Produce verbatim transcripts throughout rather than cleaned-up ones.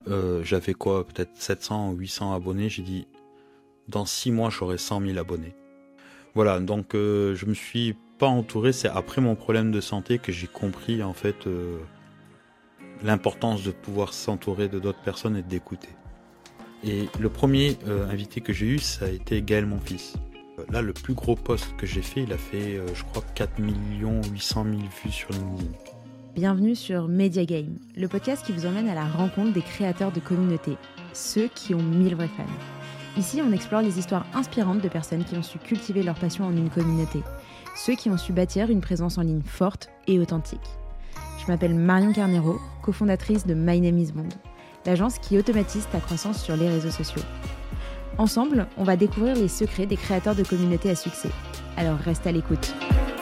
Euh, j'avais quoi, peut-être sept cents ou huit cents abonnés. J'ai dit, dans six mois, j'aurai cent mille abonnés. Voilà, donc euh, je me suis pas entouré. C'est après mon problème de santé que j'ai compris en fait euh, l'importance de pouvoir s'entourer de d'autres personnes et d'écouter. Et le premier euh, invité que j'ai eu, ça a été Gaël Monfils. Là, le plus gros post que j'ai fait, il a fait, euh, je crois, quatre millions huit cent mille vues sur LinkedIn. Bienvenue sur Media Game, le podcast qui vous emmène à la rencontre des créateurs de communautés, ceux qui ont mille vrais fans. Ici, on explore les histoires inspirantes de personnes qui ont su cultiver leur passion en une communauté, ceux qui ont su bâtir une présence en ligne forte et authentique. Je m'appelle Marion Carnero, cofondatrice de My Name is Bond, l'agence qui automatise ta croissance sur les réseaux sociaux. Ensemble, on va découvrir les secrets des créateurs de communautés à succès. Alors reste à l'écoute.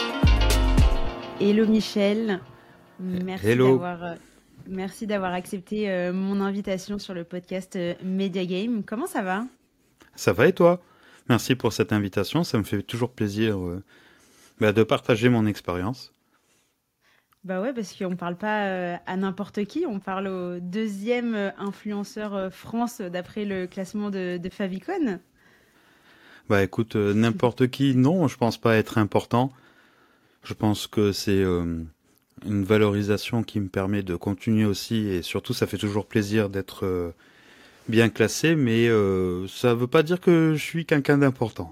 Hello Michel, merci Hello. d'avoir, euh, merci d'avoir accepté euh, mon invitation sur le podcast euh, Media Game. Comment ça va ? Ça va et toi ? Merci pour cette invitation, ça me fait toujours plaisir euh, bah, de partager mon expérience. Bah ouais, parce qu'on parle pas euh, à n'importe qui, on parle au deuxième euh, influenceur euh, France euh, d'après le classement de, de Favicon. Bah écoute, euh, n'importe qui, non, je pense pas être important. Je pense que c'est euh, une valorisation qui me permet de continuer aussi, et surtout ça fait toujours plaisir d'être euh, bien classé, mais euh, ça veut pas dire que je suis quelqu'un d'important.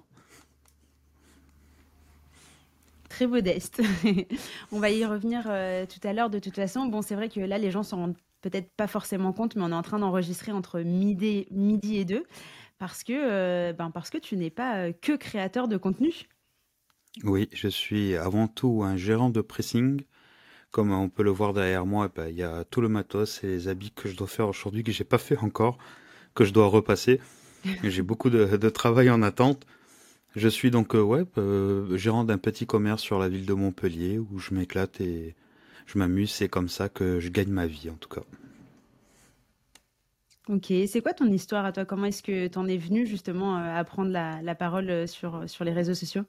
Très modeste. On va y revenir euh, tout à l'heure de toute façon. Bon, c'est vrai que là, les gens s'en rendent peut-être pas forcément compte, mais on est en train d'enregistrer entre midi, midi et deux parce que, euh, ben parce que tu n'es pas euh, que créateur de contenu. Oui, je suis avant tout un gérant de pressing. Comme on peut le voir derrière moi, bah, il y a tout le matos et les habits que je dois faire aujourd'hui, que j'ai pas fait encore, que je dois repasser. J'ai beaucoup de, de travail en attente. Je suis donc euh, ouais, euh, gérant d'un petit commerce sur la ville de Montpellier où je m'éclate et je m'amuse. C'est comme ça que je gagne ma vie en tout cas. Ok, c'est quoi ton histoire à toi? Comment est-ce que tu en es venu justement euh, à prendre la, la parole euh, sur, sur les réseaux sociaux?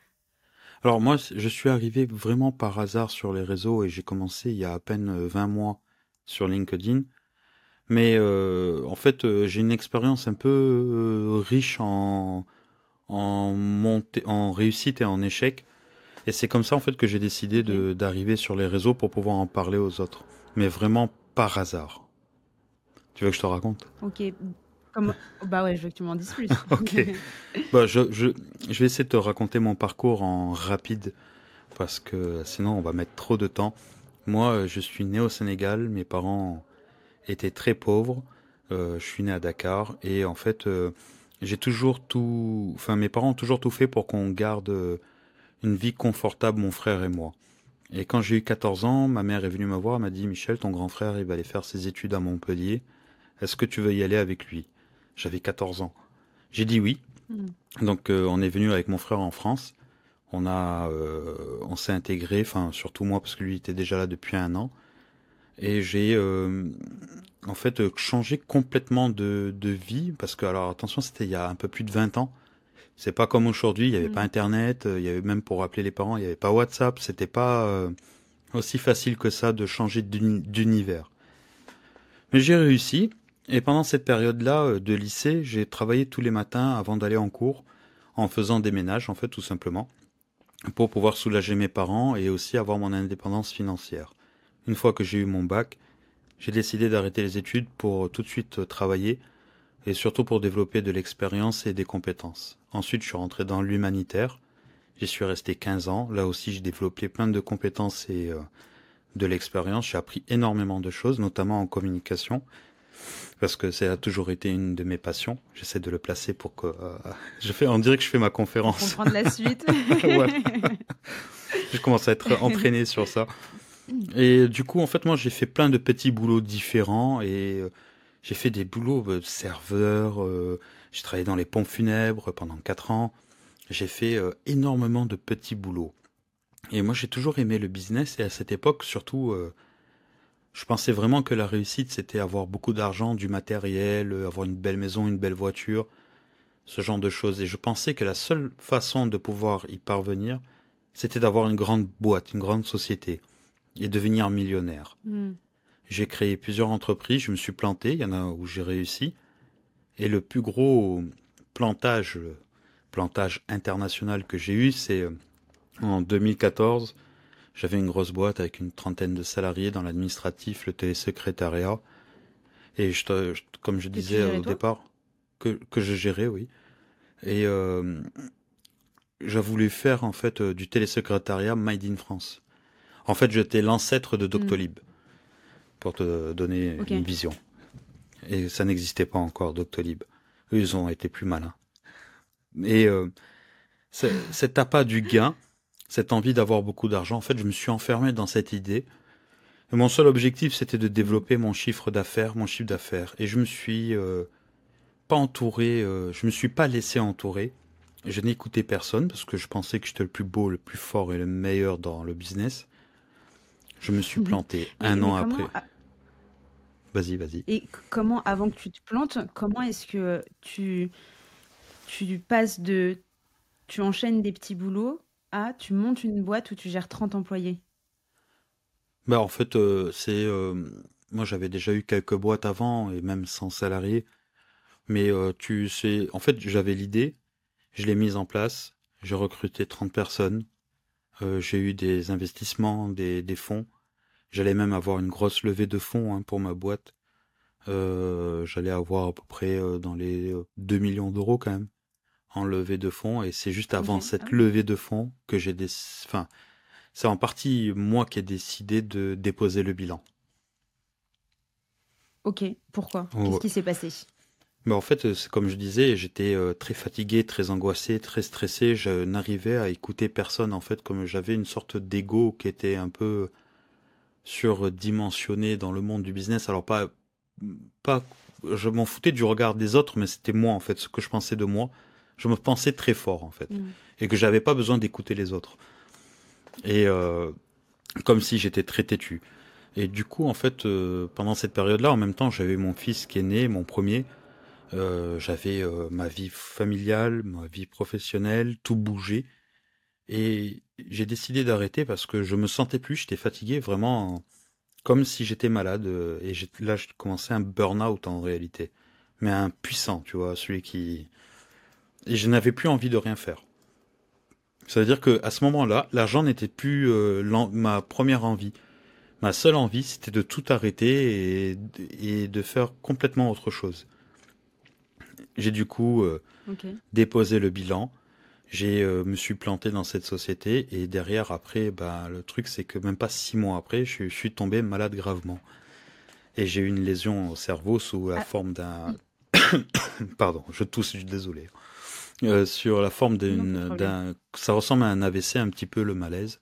Alors moi, c- je suis arrivé vraiment par hasard sur les réseaux et j'ai commencé il y a à peine euh, vingt mois sur LinkedIn. Mais euh, en fait, euh, j'ai une expérience un peu euh, riche en, en montée, en réussite et en échec. Et c'est comme ça en fait que j'ai décidé Ok. de d'arriver sur les réseaux pour pouvoir en parler aux autres. Mais vraiment par hasard. Tu veux que je te raconte? Ok. Comment... Bah ouais, je veux que tu m'en dises plus. Ok. Bah, je, je, je vais essayer de te raconter mon parcours en rapide parce que sinon on va mettre trop de temps. Moi, euh, je suis né au Sénégal. Mes parents étaient très pauvres. Euh, je suis né à Dakar et en fait, euh, j'ai toujours tout. Enfin, mes parents ont toujours tout fait pour qu'on garde euh, une vie confortable, mon frère et moi. Et quand j'ai eu quatorze ans, ma mère est venue me voir, elle m'a dit, Michel, ton grand frère, il va aller faire ses études à Montpellier. Est-ce que tu veux y aller avec lui? J'avais quatorze ans. J'ai dit oui. Hmm. Donc euh, on est venu avec mon frère en France. On a, euh, on s'est intégré, enfin surtout moi parce que lui était déjà là depuis un an. Et j'ai euh, en fait euh, changé complètement de, de vie parce que alors attention c'était il y a un peu plus de vingt ans. C'est pas comme aujourd'hui, il y avait pas Hmm. internet, euh, il y avait même pour appeler les parents, il y avait pas WhatsApp, c'était pas euh, aussi facile que ça de changer d'uni- d'univers. Mais j'ai réussi. Et pendant cette période-là euh, de lycée, j'ai travaillé tous les matins avant d'aller en cours, en faisant des ménages, en fait, tout simplement, pour pouvoir soulager mes parents et aussi avoir mon indépendance financière. Une fois que j'ai eu mon bac, j'ai décidé d'arrêter les études pour tout de suite euh, travailler et surtout pour développer de l'expérience et des compétences. Ensuite, je suis rentré dans l'humanitaire. J'y suis resté quinze ans. Là aussi, j'ai développé plein de compétences et euh, de l'expérience. J'ai appris énormément de choses, notamment en communication. Parce que ça a toujours été une de mes passions. J'essaie de le placer pour que euh, je fais, on dirait que je fais ma Pour conférence. comprendre la suite. Voilà. Je commence à être entraîné sur ça. Et du coup, en fait, moi, j'ai fait plein de petits boulots différents et euh, j'ai fait des boulots de serveur. Euh, j'ai travaillé dans les pompes funèbres pendant quatre ans. J'ai fait euh, énormément de petits boulots. Et moi, j'ai toujours aimé le business et à cette époque, surtout, euh, je pensais vraiment que la réussite, c'était avoir beaucoup d'argent, du matériel, euh, avoir une belle maison, une belle voiture, ce genre de choses. Et je pensais que la seule façon de pouvoir y parvenir, c'était d'avoir une grande boîte, une grande société, et devenir millionnaire. Hmm. J'ai créé plusieurs entreprises, je me suis planté, il y en a où j'ai réussi. Et le plus gros plantage, plantage international que j'ai eu, c'est euh, en deux mille quatorze. J'avais une grosse boîte avec une trentaine de salariés dans l'administratif, le télésecrétariat. Et je, te- je- comme je Que tu disais gérais au toi? départ, que, que je gérais, oui. Et euh, j'ai voulu faire en fait euh, du télésecrétariat Made in France. En fait, j'étais l'ancêtre de Hmm. Doctolib, pour te donner Ok. une vision. Et ça n'existait pas encore, Doctolib. Eux, ils ont été plus malins. Et euh, c'est- cet appât du gain, cette envie d'avoir beaucoup d'argent, en fait, je me suis enfermé dans cette idée. Et mon seul objectif, c'était de Hmm. développer mon chiffre d'affaires, mon chiffre d'affaires. Et je me suis euh, pas entouré, euh, je me suis pas laissé entourer. Je n'écoutais personne parce que je pensais que j'étais le plus beau, le plus fort et le meilleur dans le business. Je me suis planté Mais, un mais an comment, après. Vas-y, vas-y. et c- comment, avant que tu te plantes, comment est-ce que tu, tu passes de, tu enchaînes des petits boulots à tu montes une boîte où tu gères trente employés? Bah en fait, euh, c'est euh, moi j'avais déjà eu quelques boîtes avant et même sans salariés. Mais euh, tu sais, en fait j'avais l'idée, je l'ai mise en place, j'ai recruté trente personnes, euh, j'ai eu des investissements, des, des fonds. J'allais même avoir une grosse levée de fonds hein, pour ma boîte. Euh, j'allais avoir à peu près euh, dans les euh, deux millions d'euros quand même en levée de fonds. Et c'est juste Ok. avant Ah cette oui. levée de fonds que j'ai des... Enfin, c'est en partie moi qui ai décidé de déposer le bilan. Ok. Pourquoi? Qu'est-ce Ouais. qui s'est passé? Mais en fait, euh, c'est comme je disais, j'étais euh, très fatigué, très angoissé, très stressé. Je n'arrivais à écouter personne en fait, comme j'avais une sorte d'ego qui était un peu surdimensionné dans le monde du business. Alors pas, pas, je m'en foutais du regard des autres, mais c'était moi en fait, ce que je pensais de moi. Je me pensais très fort en fait, Hmm. et que j'avais pas besoin d'écouter les autres. Et euh, comme si j'étais très têtu. Et du coup, en fait, euh, pendant cette période-là, en même temps, j'avais mon fils qui est né, mon premier. Euh, j'avais euh, ma vie familiale, ma vie professionnelle, tout bougeait. Et j'ai décidé d'arrêter parce que je me sentais plus, j'étais fatigué, vraiment comme si j'étais malade. euh, Et j'ai- là, je commençais un burn-out en réalité. Mais un puissant, tu vois, celui qui... Et je n'avais plus envie de rien faire. Ça veut dire que à ce moment-là, l'argent n'était plus euh, l'en- ma première envie. Ma seule envie, c'était de tout arrêter et, et de faire complètement autre chose. J'ai du coup euh, Ok. déposé le bilan. J'ai euh, me suis planté dans cette société et derrière après, bah le truc c'est que même pas six mois après, je, je suis tombé malade gravement et j'ai eu une lésion au cerveau sous la Ah, forme d'un, i- pardon, je tousse, je suis désolé, Euh, sur la forme non, pas de d'une, problème. d'un, ça ressemble à un A V C un petit peu le malaise.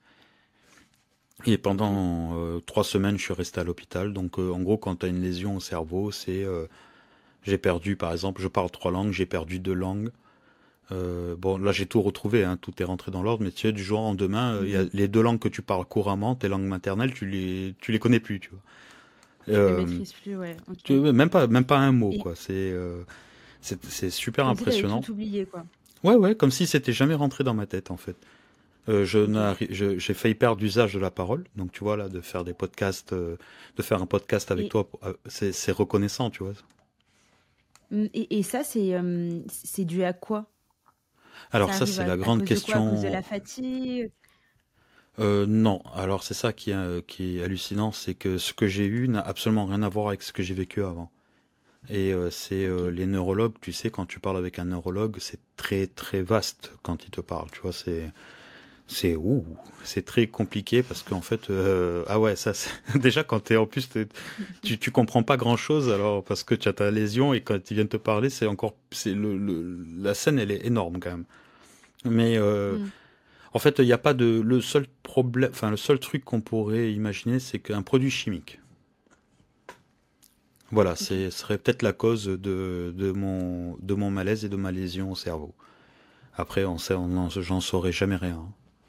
Et Ok. pendant euh, trois semaines, je suis resté à l'hôpital. Donc, euh, en gros, quand tu as une lésion au cerveau, c'est euh, j'ai perdu, par exemple, je parle trois langues, j'ai perdu deux langues. Euh, bon, là, j'ai tout retrouvé, hein, tout est rentré dans l'ordre. Mais tu sais, du jour au lendemain, euh, il y a Mhm. les deux langues que tu parles couramment, tes langues maternelles, tu les, tu les connais plus, tu vois. Tu les Euh, maîtrises plus, ouais. Ok. tu, même pas, même pas un mot, Et quoi. C'est, euh, c'est, c'est super comme si t'avais impressionnant. tout oublié, quoi. Ouais, ouais, comme si c'était jamais rentré dans ma tête, en fait. Euh, je Ok. n'arri- je- j'ai failli perdre l'usage de la parole. Donc, tu vois, là, de faire des podcasts, euh, de faire un podcast avec Et, toi, euh, c'est c'est reconnaissant, tu vois. mm, et, et ça, c'est euh, c'est dû à quoi? Alors, Ça ça, arrive c'est à, la à grande cause de quoi? À cause de question. la fatigue? Euh, non. Alors, c'est ça qui est, euh, qui est hallucinant, c'est que ce que j'ai eu n'a absolument rien à voir avec ce que j'ai vécu avant. Et euh, c'est Ok. euh, les neurologues, tu sais, quand tu parles avec un neurologue, c'est très, très vaste quand il te parle, tu vois, c'est. C'est ouh, c'est très compliqué parce qu'en fait, euh, ah ouais, ça, c'est- déjà quand t'es en plus, t'es- tu, tu comprends pas grand chose alors parce que tu as ta lésion et quand ils viennent te parler, c'est encore, c'est le, le, la scène, elle est énorme quand même. Mais euh, Mm. en fait, il n'y a pas de, le seul problème, enfin le seul truc qu'on pourrait imaginer, c'est qu'un produit chimique. Voilà, Ok. c'est serait peut-être la cause de, de mon, de mon malaise et de ma lésion au cerveau. Après, on sait, on en- j'en saurais jamais rien.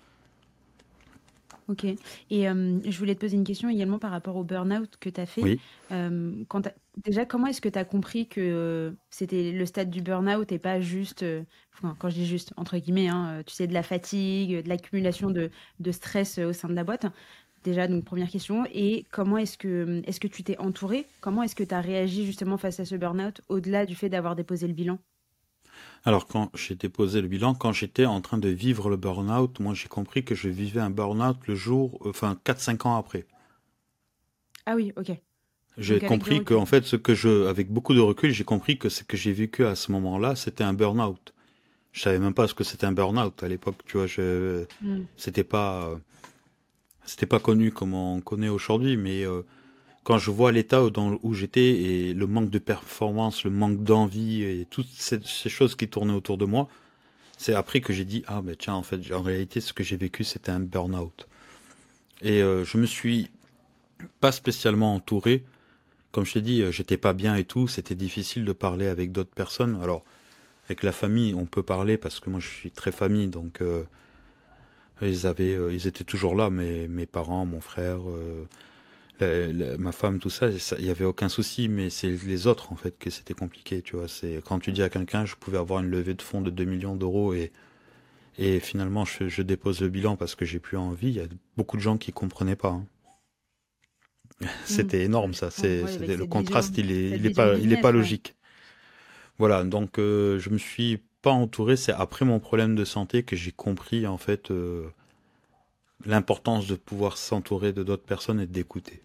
Ok. Et euh, je voulais te poser une question également par rapport au burn-out que tu as fait. Oui. Euh, quand t'as- déjà, comment est-ce que tu as compris que euh, c'était le stade du burn-out et pas juste, euh, enfin, quand je dis juste, entre guillemets, hein, euh, tu sais, de la fatigue, de l'accumulation de, de stress euh, au sein de la boîte. Déjà, donc première question. Et comment est-ce que, est-ce que tu t'es entouré? Comment est-ce que tu as réagi justement face à ce burn-out, au-delà du fait d'avoir déposé le bilan? Alors, quand j'ai déposé le bilan, quand j'étais en train de vivre le burn-out, moi j'ai compris que je vivais un burn-out le jour, euh, enfin quatre cinq ans après. Ah oui, ok. J'ai Donc avec du compris que, en recul. fait, ce que je, avec beaucoup de recul, j'ai compris que ce que j'ai vécu à ce moment-là, c'était un burn-out. Je savais même pas ce que c'était un burn-out à l'époque, tu vois, je, Hmm. c'était pas, euh, c'était pas connu comme on connaît aujourd'hui, mais euh, quand je vois l'état dans, où j'étais et le manque de performance, le manque d'envie et toutes ces, ces choses qui tournaient autour de moi, c'est après que j'ai dit, ah ben tiens, en fait, en réalité, ce que j'ai vécu, c'était un burn-out. Et euh, je me suis pas spécialement entouré. Comme je t'ai dit, euh, j'étais pas bien et tout, c'était difficile de parler avec d'autres personnes. Alors, avec la famille, on peut parler parce que moi je suis très famille, donc euh, ils avaient, euh, ils étaient toujours là, mes, mes parents, mon frère, euh, la- la- ma femme, tout ça, ça, il y avait aucun souci, mais c'est les autres en fait que c'était compliqué, tu vois. C'est quand tu dis à quelqu'un, je pouvais avoir une levée de fonds de deux millions d'euros et et finalement je, je dépose le bilan parce que j'ai plus envie. Il y a beaucoup de gens qui comprenaient pas, hein. Hmm. C'était énorme Ouais, je ça. comprends. C'est, Ouais, c'est avec le cette vision, contraste, il est, cette il est vision pas, il est pas business, ouais. logique. Voilà, donc euh, je me suis pas entouré. C'est après mon problème de santé que j'ai compris en fait euh, l'importance de pouvoir s'entourer de d'autres personnes et d'écouter.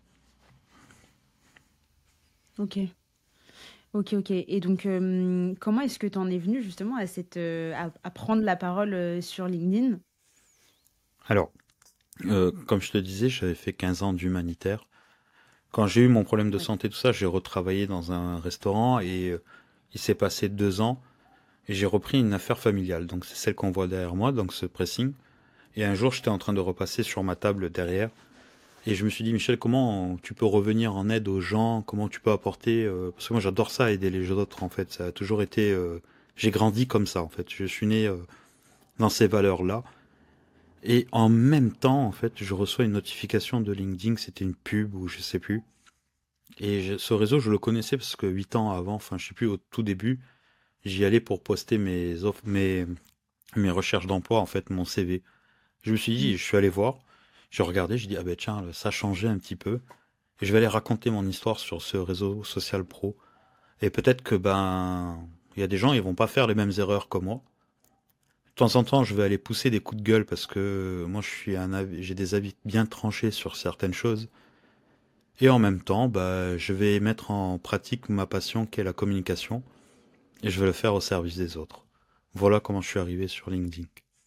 Ok. Ok, ok. Et donc, euh, comment est-ce que tu en es venu justement à cette, euh, à, à prendre la parole euh, sur LinkedIn? Alors, euh, comme je te disais, j'avais fait quinze ans d'humanitaire. Quand j'ai eu mon problème de Ouais. santé, tout ça, j'ai retravaillé dans un restaurant et euh, il s'est passé deux ans et j'ai repris une affaire familiale. Donc c'est celle qu'on voit derrière moi, donc ce pressing. Et un jour, j'étais en train de repasser sur ma table derrière. Et je me suis dit, Michel, comment tu peux revenir en aide aux gens? Comment tu peux apporter euh, Parce que moi, j'adore ça, aider les autres, en fait. Ça a toujours été... euh, J'ai grandi comme ça, en fait. Je suis né euh, dans ces valeurs-là. Et en même temps, en fait, je reçois une notification de LinkedIn, c'était une pub ou je sais plus. Et je- ce réseau, je le connaissais parce que huit ans avant, enfin, je sais plus, au tout début, j'y allais pour poster mes offres, mes, mes recherches d'emploi, en fait, mon C V. Je me suis Mm. dit, je suis allé voir, j'ai regardé, j'ai dit, ah ben tiens, ça a changé un petit peu. Et je vais aller raconter mon histoire sur ce réseau social pro. Et peut-être que ben, il y a des gens, ils vont pas faire les mêmes erreurs que moi. De temps en temps, je vais aller pousser des coups de gueule parce que moi, je suis un avis, j'ai des avis bien tranchés sur certaines choses. Et en même temps, bah, je vais mettre en pratique ma passion qui est la communication et je vais le faire au service des autres. Voilà comment je suis arrivé sur LinkedIn.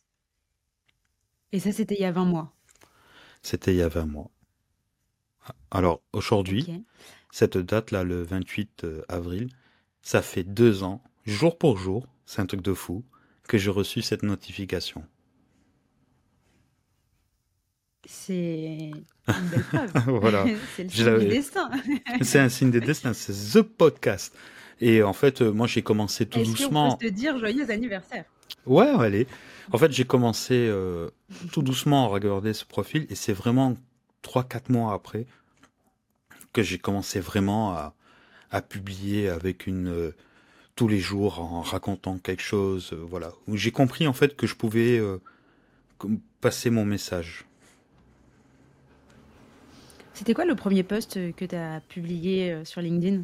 Et ça, c'était il y a vingt mois. C'était il y a vingt mois. Alors aujourd'hui, Ok. cette date-là, le vingt-huit avril, ça fait deux ans, jour pour jour, c'est un truc de fou, que j'ai reçu cette notification. C'est une belle preuve. Voilà. C'est le Je signe du l'avais- destin. C'est un signe des destins, c'est The Podcast. Et en fait, euh, moi j'ai commencé tout Est-ce qu'on peut doucement. se dire joyeux anniversaire? Ouais, allez. En fait, j'ai commencé euh, tout doucement à regarder ce profil et c'est vraiment trois, quatre mois après que j'ai commencé vraiment à, à publier avec une euh, tous les jours en racontant quelque chose, euh, voilà. Où j'ai compris en fait que je pouvais euh, comme passer mon message. C'était quoi le premier post euh, que tu as publié euh, sur LinkedIn?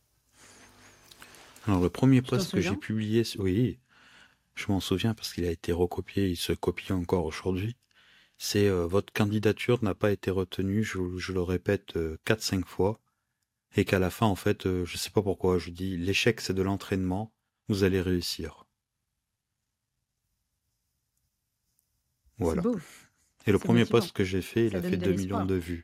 Alors le premier Tu t'en post que j'ai souviens? publié, oui, je m'en souviens parce qu'il a été recopié, il se copie encore aujourd'hui. C'est euh, votre candidature n'a pas été retenue, je, je le répète euh, quatre cinq fois, et qu'à la fin, en fait, euh, je sais pas pourquoi, je dis l'échec c'est de l'entraînement, vous allez réussir. C'est Voilà. beau, Et le c'est premier motivant, post que j'ai fait, il ça a fait donne de deux millions l'espoir. de vues.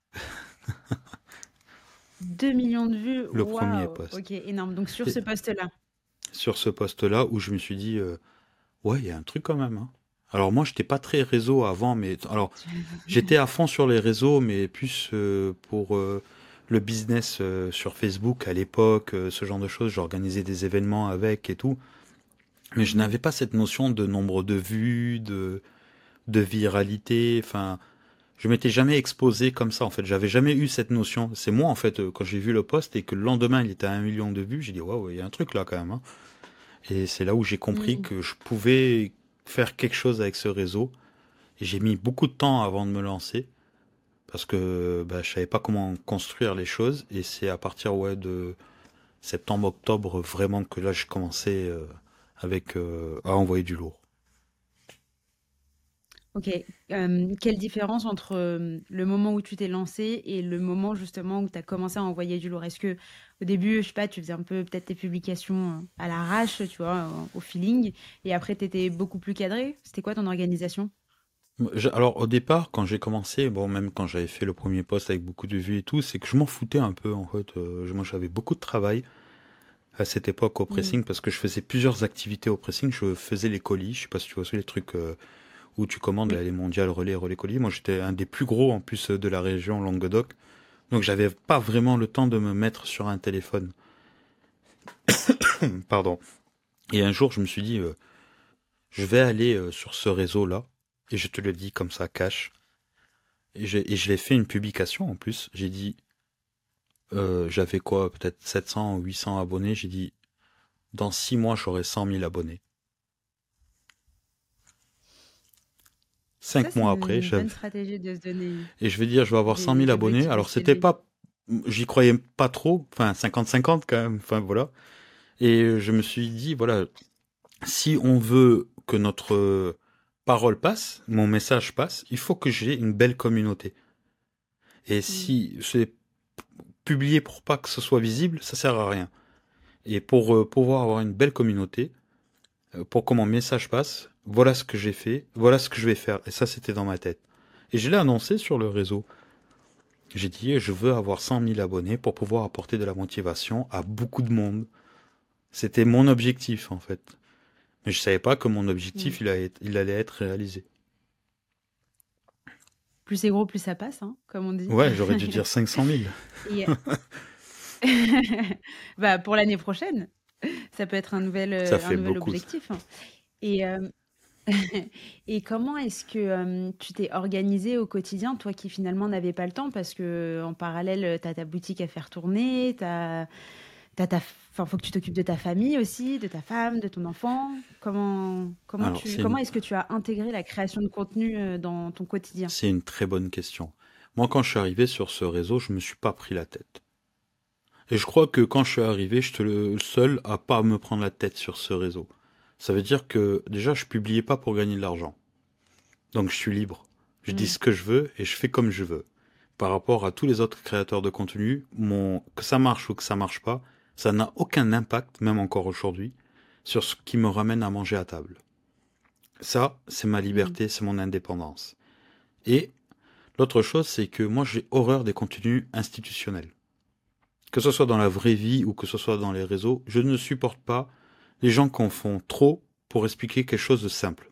Deux millions de vues, Le premier waouh, post. ok, énorme. Donc sur Et ce post-là. sur ce post-là, où je me suis dit, euh, ouais, il y a un truc quand même, hein. Alors moi, j'étais pas très réseau avant, mais alors j'étais à fond sur les réseaux, mais plus euh, pour euh, le business euh, sur Facebook à l'époque, euh, ce genre de choses. J'organisais des événements avec et tout. Mais je Mhm. n'avais pas cette notion de nombre de vues, de, de viralité. Enfin, je m'étais jamais exposé comme ça, en fait. J'avais jamais eu cette notion. C'est moi, en fait, euh, quand j'ai vu le post et que le lendemain, il était à un million de vues, j'ai dit, waouh, il y a un truc là quand même, hein. Et c'est là où j'ai compris Mhm. que je pouvais faire quelque chose avec ce réseau. Et j'ai mis beaucoup de temps avant de me lancer. parce que bah, je savais pas comment construire les choses, et c'est à partir ouais, de septembre-octobre vraiment que là j'ai commencé euh, avec euh, à envoyer du lourd. Ok. Euh, quelle différence entre euh, le moment où tu t'es lancé et le moment justement où tu as commencé à envoyer du lourd? Est-ce que au début, je sais pas, tu faisais un peu peut-être tes publications euh, à l'arrache, tu vois, au au feeling, et après tu étais beaucoup plus cadré? C'était quoi ton organisation? Je- Alors au départ, quand j'ai commencé, bon même quand j'avais fait le premier post avec beaucoup de vues et tout, c'est que je m'en foutais un peu en fait. Euh, moi j'avais beaucoup de travail à cette époque au Mm. pressing parce que je faisais plusieurs activités au pressing. Je faisais les colis, je sais pas si tu vois c'est les trucs euh, où tu commandes là, Oui. les mondiales relais relais colis. Moi j'étais un des plus gros en plus euh, de la région Languedoc, donc j'avais pas vraiment le temps de me mettre sur un téléphone. Pardon. Et un jour je me suis dit euh, je vais aller euh, sur ce réseau là et je te le dis comme ça cash. Et, j'ai- et je l'ai fait une publication en plus. J'ai dit euh, j'avais quoi peut-être sept cents ou huit cents abonnés. J'ai dit dans six mois j'aurai cent mille abonnés. Ça, Cinq c'est mois après, une j'avais bonne stratégie de se donner et je vais dire, je vais avoir cent des, mille des abonnés. objectifs Alors, aussi c'était élevés. pas, j'y croyais pas trop, enfin, cinquante cinquante quand même, enfin, voilà. Et je me suis dit, voilà, si on veut que notre euh, parole passe, mon message passe, il faut que j'ai une belle communauté. Et Mm. si c'est publié pour pas que ce soit visible, ça sert à rien. Et pour euh, pouvoir avoir une belle communauté, euh, pour que mon message passe, voilà ce que j'ai fait, voilà ce que je vais faire. Et ça, c'était dans ma tête. Et je l'ai annoncé sur le réseau. J'ai dit, je veux avoir cent mille abonnés pour pouvoir apporter de la motivation à beaucoup de monde. C'était mon objectif, en fait. Mais je savais pas que mon Mm. objectif, il, allait, il allait être réalisé. Plus c'est gros, plus ça passe, hein, comme on dit. Ouais, j'aurais dû dire cinq cent mille. Et bah, pour l'année prochaine, ça peut être un nouvel, Ça euh, un fait nouvel beaucoup, ça. objectif, hein. Et, euh, et comment est-ce que euh, tu t'es organisé au quotidien, toi qui finalement n'avais pas le temps, parce que en parallèle, tu as ta boutique à faire tourner, t'as, t'as ta, enfin, faut que tu t'occupes de ta famille aussi, de ta femme, de ton enfant. Comment, comment Alors, tu, c'est comment une, est-ce que tu as intégré la création de contenu euh, dans ton quotidien? c'est une très bonne question. Moi, quand je suis arrivé sur ce réseau, je me suis pas pris la tête. Et je crois que quand je suis arrivé, j'étais le seul à pas me prendre la tête sur ce réseau. Ça veut dire que, déjà, je publiais pas pour gagner de l'argent. Donc, je suis libre. Je dis Mm. ce que je veux et je fais comme je veux. Par rapport à tous les autres créateurs de contenu, mon, que ça marche ou que ça marche pas, ça n'a aucun impact, même encore aujourd'hui, sur ce qui me ramène à manger à table. Ça, c'est ma Mm. liberté, c'est mon indépendance. Et l'autre chose, c'est que moi, j'ai horreur des contenus institutionnels. Que ce soit dans la vraie vie ou que ce soit dans les réseaux, je ne supporte pas les gens qui en font trop pour expliquer quelque chose de simple.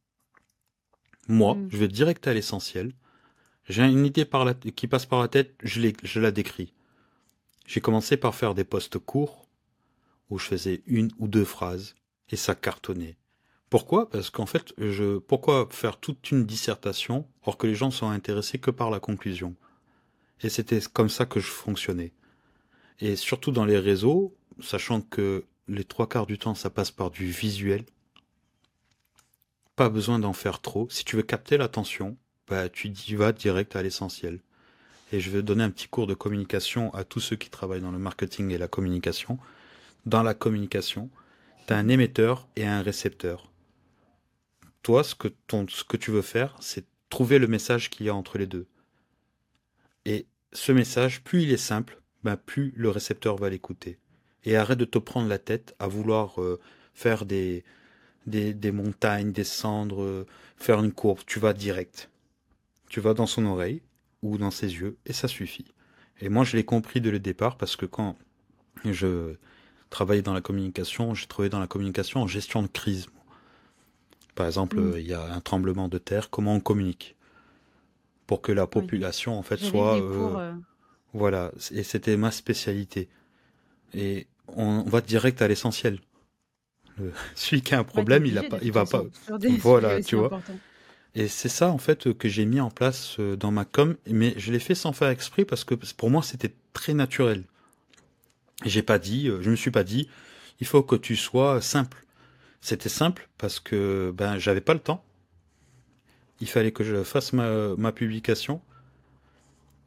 Moi, Mm. je vais direct à l'essentiel. J'ai une idée par la, qui passe par la tête, je, l'ai- je la décris. J'ai commencé par faire des posts courts où je faisais une ou deux phrases et ça cartonnait. Pourquoi? Parce qu'en fait, je, pourquoi faire toute une dissertation alors que les gens sont intéressés que par la conclusion? Et c'était comme ça que je fonctionnais. Et surtout dans les réseaux, sachant que les trois quarts du temps ça passe par du visuel, pas besoin d'en faire trop. Si tu veux capter l'attention, bah tu y vas direct à l'essentiel. Et je vais donner un petit cours de communication à tous ceux qui travaillent dans le marketing et la communication. Dans la communication, tu as un émetteur et un récepteur. Toi, ce que, ton, ce que tu veux faire, c'est trouver le message qu'il y a entre les deux. Et ce message, plus il est simple, ben plus le récepteur va l'écouter. Et arrête de te prendre la tête à vouloir euh, faire des, des, des montagnes, descendre, euh, faire une courbe. Tu vas direct. Tu vas dans son oreille ou dans ses yeux et ça suffit. Et moi, je l'ai compris dès le départ parce que quand je travaillais dans la communication, j'ai travaillé dans la communication en gestion de crise. Par exemple, Mm. euh, il y a un tremblement de terre, comment on communique pour que la Oui. population en fait J'avais eu soit des euh, cours. euh, voilà, et c'était ma spécialité. Et on va direct à l'essentiel. Le- Celui qui a un Ouais, t'es problème, il a obligé pas, de il toute va pas. façon sur des sujets Voilà, tu aussi vois. importants. Et c'est ça en fait que j'ai mis en place euh, dans ma com, mais je l'ai fait sans faire exprès parce que pour moi c'était très naturel. Et j'ai pas dit, euh, je me suis pas dit, il faut que tu sois simple. C'était simple parce que ben j'avais pas le temps. Il fallait que je fasse ma, ma publication.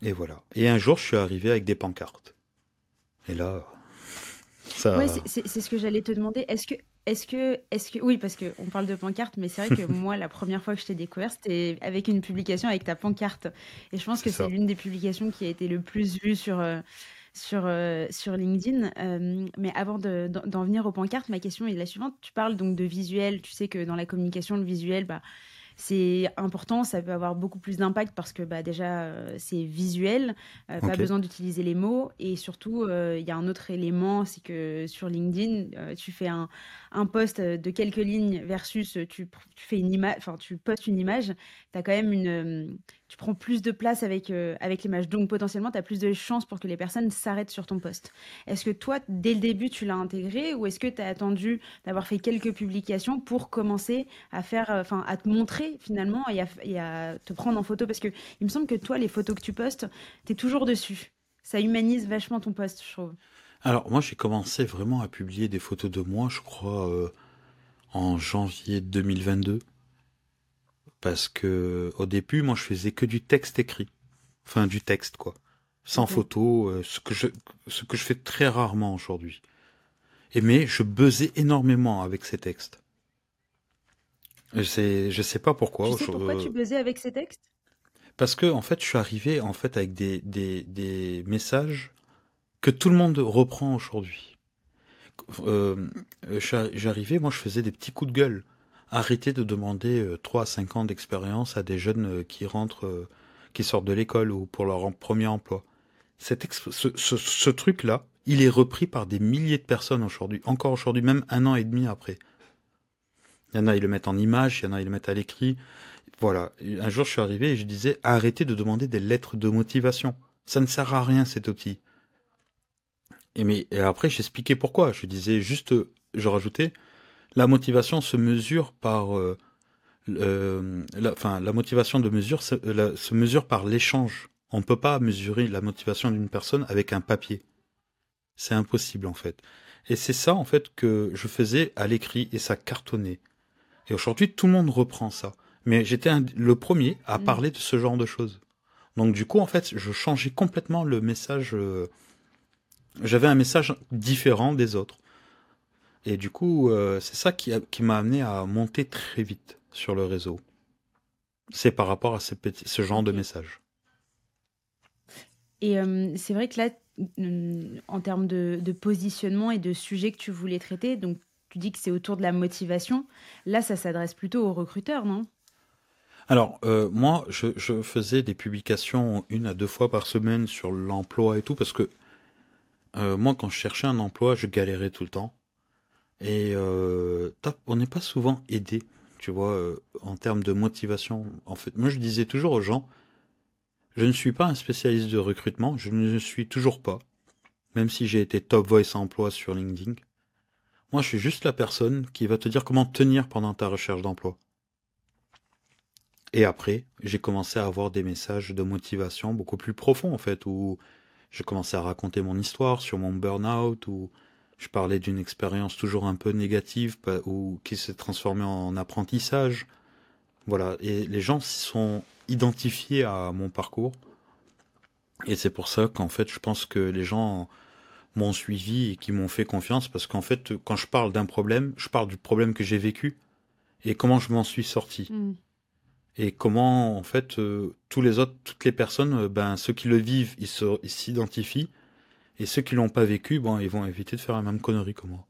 Et voilà. Et un jour, je suis arrivé avec des pancartes. Et là, Ouais, ça... c'est c'est- c'est ce que j'allais te demander. Est-ce que, est-ce que, est-ce que, oui, parce qu'on parle de pancarte, mais c'est vrai que moi, la première fois que je t'ai découvert, c'était avec une publication avec ta pancarte. Et je pense C'est que c'est ça. l'une des publications qui a été le plus vue sur, euh, sur, euh, sur LinkedIn. Euh, mais avant de- d'en d'en venir aux pancartes, ma question est la suivante. Tu parles donc de visuel. Tu sais que dans la communication, le visuel, bah, c'est important, ça peut avoir beaucoup plus d'impact parce que bah, déjà euh, c'est visuel, euh, pas Ok. besoin d'utiliser les mots et surtout euh, il y a un autre élément, c'est que sur LinkedIn, euh, tu fais un, un post de quelques lignes versus euh, tu, pr- tu fais une image, enfin tu postes une image, tu as quand même une, euh, tu prends plus de place avec, euh, avec l'image. Donc potentiellement tu as plus de chances pour que les personnes s'arrêtent sur ton post. Est-ce que toi, dès le début, tu l'as intégré ou est-ce que tu as attendu d'avoir fait quelques publications pour commencer à faire, euh, enfin, à te montrer finalement et à, et à te prendre en photo parce que il me semble que toi, les photos que tu postes, t'es toujours dessus. Ça humanise vachement ton post, je trouve. Alors, moi, j'ai commencé vraiment à publier des photos de moi, je crois, euh, en janvier deux mille vingt-deux. Parce que au début, moi, je faisais que du texte écrit. Enfin, du texte, quoi. Sans Ok. photo, euh, ce que je, ce que je fais très rarement aujourd'hui. Et mais je buzzais énormément avec ces textes. Je sais, je sais pas pourquoi. Tu sais je- pourquoi tu euh, buzzais avec ces textes? parce que, en fait, je suis arrivé, en fait, avec des, des, des messages que tout le monde reprend aujourd'hui. Euh, euh, je suis- J'arrivais, moi, je faisais des petits coups de gueule. Arrêtez de demander euh, trois à cinq ans d'expérience à des jeunes euh, qui rentrent, euh, qui sortent de l'école ou pour leur em- premier emploi. Cet exp- ce, ce, ce truc-là, il est repris par des milliers de personnes aujourd'hui, encore aujourd'hui, même un an et demi après. Il y en a, ils le mettent en image, il y en a, ils le mettent à l'écrit. Voilà. Un jour, je suis arrivé et je disais, arrêtez de demander des lettres de motivation. Ça ne sert à rien, cet outil. Et, mais, et après, j'expliquais pourquoi. Je disais juste, euh, je rajoutais, la motivation se mesure par, euh, euh, la, enfin, la motivation de mesure se, euh, la- se mesure par l'échange. On ne peut pas mesurer la motivation d'une personne avec un papier. C'est impossible, en fait. Et c'est ça, en fait, que je faisais à l'écrit et ça cartonnait. Et aujourd'hui, tout le monde reprend ça. Mais j'étais un- le premier à Mm. parler de ce genre de choses. Donc du coup, en fait, je changeais complètement le message. euh, J'avais un message différent des autres. Et du coup, euh, c'est ça qui, a- qui m'a amené à monter très vite sur le réseau. C'est par rapport à ces petits, ce genre de Ok. message. Et euh, c'est vrai que là, mm, en termes de, de positionnement et de sujets que tu voulais traiter, donc tu dis que c'est autour de la motivation. Là, ça s'adresse plutôt aux recruteurs, non? Alors, euh, moi, je, je faisais des publications une à deux fois par semaine sur l'emploi et tout, parce que euh, moi, quand je cherchais un emploi, je galérais tout le temps. Et euh, t'as- on n'est pas souvent aidé, tu vois, euh, en termes de motivation. En fait, moi, je disais toujours aux gens, je ne suis pas un spécialiste de recrutement, je ne le suis toujours pas, même si j'ai été top voice emploi sur LinkedIn. Moi, je suis juste la personne qui va te dire comment tenir pendant ta recherche d'emploi. Et après, j'ai commencé à avoir des messages de motivation beaucoup plus profonds, en fait, où j'ai commencé à raconter mon histoire sur mon burn-out, où je parlais d'une expérience toujours un peu négative, pas- ou qui s'est transformée en apprentissage. Voilà, et les gens s'y sont identifiés à mon parcours. Et c'est pour ça qu'en fait, je pense que les gens m'ont suivi et qui m'ont fait confiance, parce qu'en fait, quand je parle d'un problème, je parle du problème que j'ai vécu et comment je m'en suis sorti. Mm. Et comment, en fait, euh, tous les autres, toutes les personnes, euh, ben, ceux qui le vivent, ils se, ils s'identifient, et ceux qui l'ont pas vécu, bon, ils vont éviter de faire la même connerie que moi.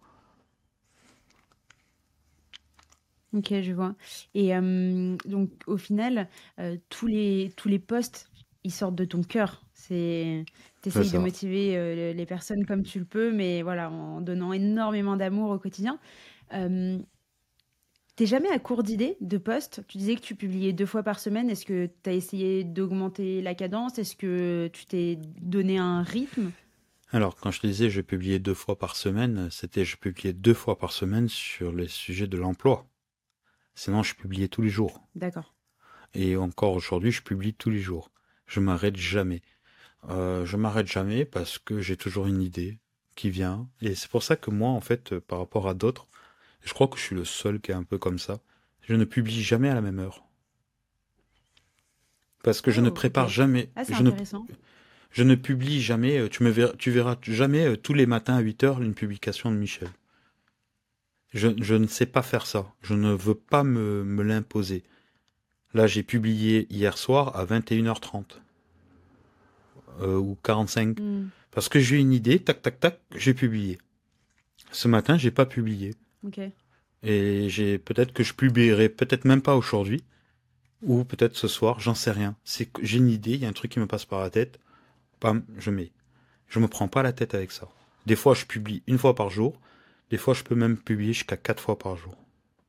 Ok, je vois. Et euh, donc, au final, euh, tous les, tous les posts, ils sortent de ton cœur. C'est, C'est t'essayes de ça. motiver euh, le- les personnes comme tu le peux, mais voilà, en donnant énormément d'amour au quotidien. Euh, T'es jamais à court d'idées de posts? Tu disais que tu publiais deux fois par semaine. Est-ce que tu as essayé d'augmenter la cadence? Est-ce que tu t'es donné un rythme? Alors, quand je te disais je publiais deux fois par semaine, c'était je publiais deux fois par semaine sur les sujets de l'emploi. Sinon, je publiais tous les jours. D'accord. Et encore aujourd'hui, je publie tous les jours. Je m'arrête jamais. Euh, je m'arrête jamais parce que j'ai toujours une idée qui vient. Et c'est pour ça que moi, en fait, euh, par rapport à d'autres, je crois que je suis le seul qui est un peu comme ça. Je ne publie jamais à la même heure. parce que je ne Oh, ok. prépare jamais, Ah, c'est je ne, intéressant. je ne publie jamais, euh, tu me verras, tu verras jamais euh, tous les matins à huit heures une publication de Michel. Je, je ne sais pas faire ça. Je ne veux pas me, me l'imposer. Là, j'ai publié hier soir à vingt et une heures trente euh, ou quarante-cinq. Hmm, Parce que j'ai une idée, tac, tac, tac, j'ai publié. Ce matin, j'ai pas publié. ok. Et j'ai peut-être que je publierai, peut-être même pas aujourd'hui, ou peut-être ce soir, j'en sais rien. C'est que j'ai une idée, il y a un truc qui me passe par la tête, bam, je mets. Je me prends pas la tête avec ça. Des fois, je publie une fois par jour. Des fois, je peux même publier jusqu'à quatre fois par jour.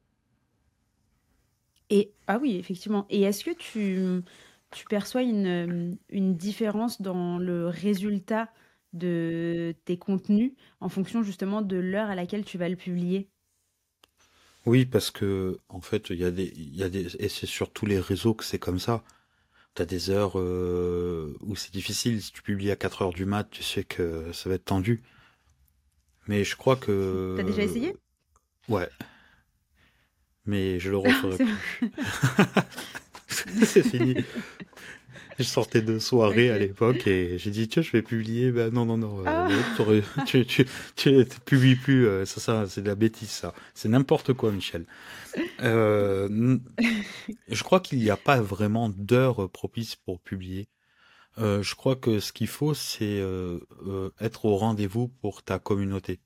Et ah oui, effectivement. Et est-ce que tu, tu perçois une, euh, une différence dans le résultat de tes contenus en fonction justement de l'heure à laquelle tu vas le publier? Oui, parce que en fait, il y a des, il y a des, et c'est sur tous les réseaux que c'est comme ça. T'as des heures euh, où c'est difficile. Si tu publies à quatre heures du mat, tu sais que ça va être tendu. Mais je crois T'as déjà que, essayé? ouais, mais je le referai C'est plus. C'est fini. Je sortais de soirée à ok. l'époque et j'ai dit tiens je vais publier. Ben non non non, euh, non, Ah! t'aurais- tu, tu, tu, tu publies plus. euh, ça ça c'est de la bêtise ça. C'est n'importe quoi Michel. Euh, n- je crois qu'il n'y a pas vraiment d'heure propice pour publier. Euh, je crois que ce qu'il faut c'est euh, euh, être au rendez-vous pour ta communauté.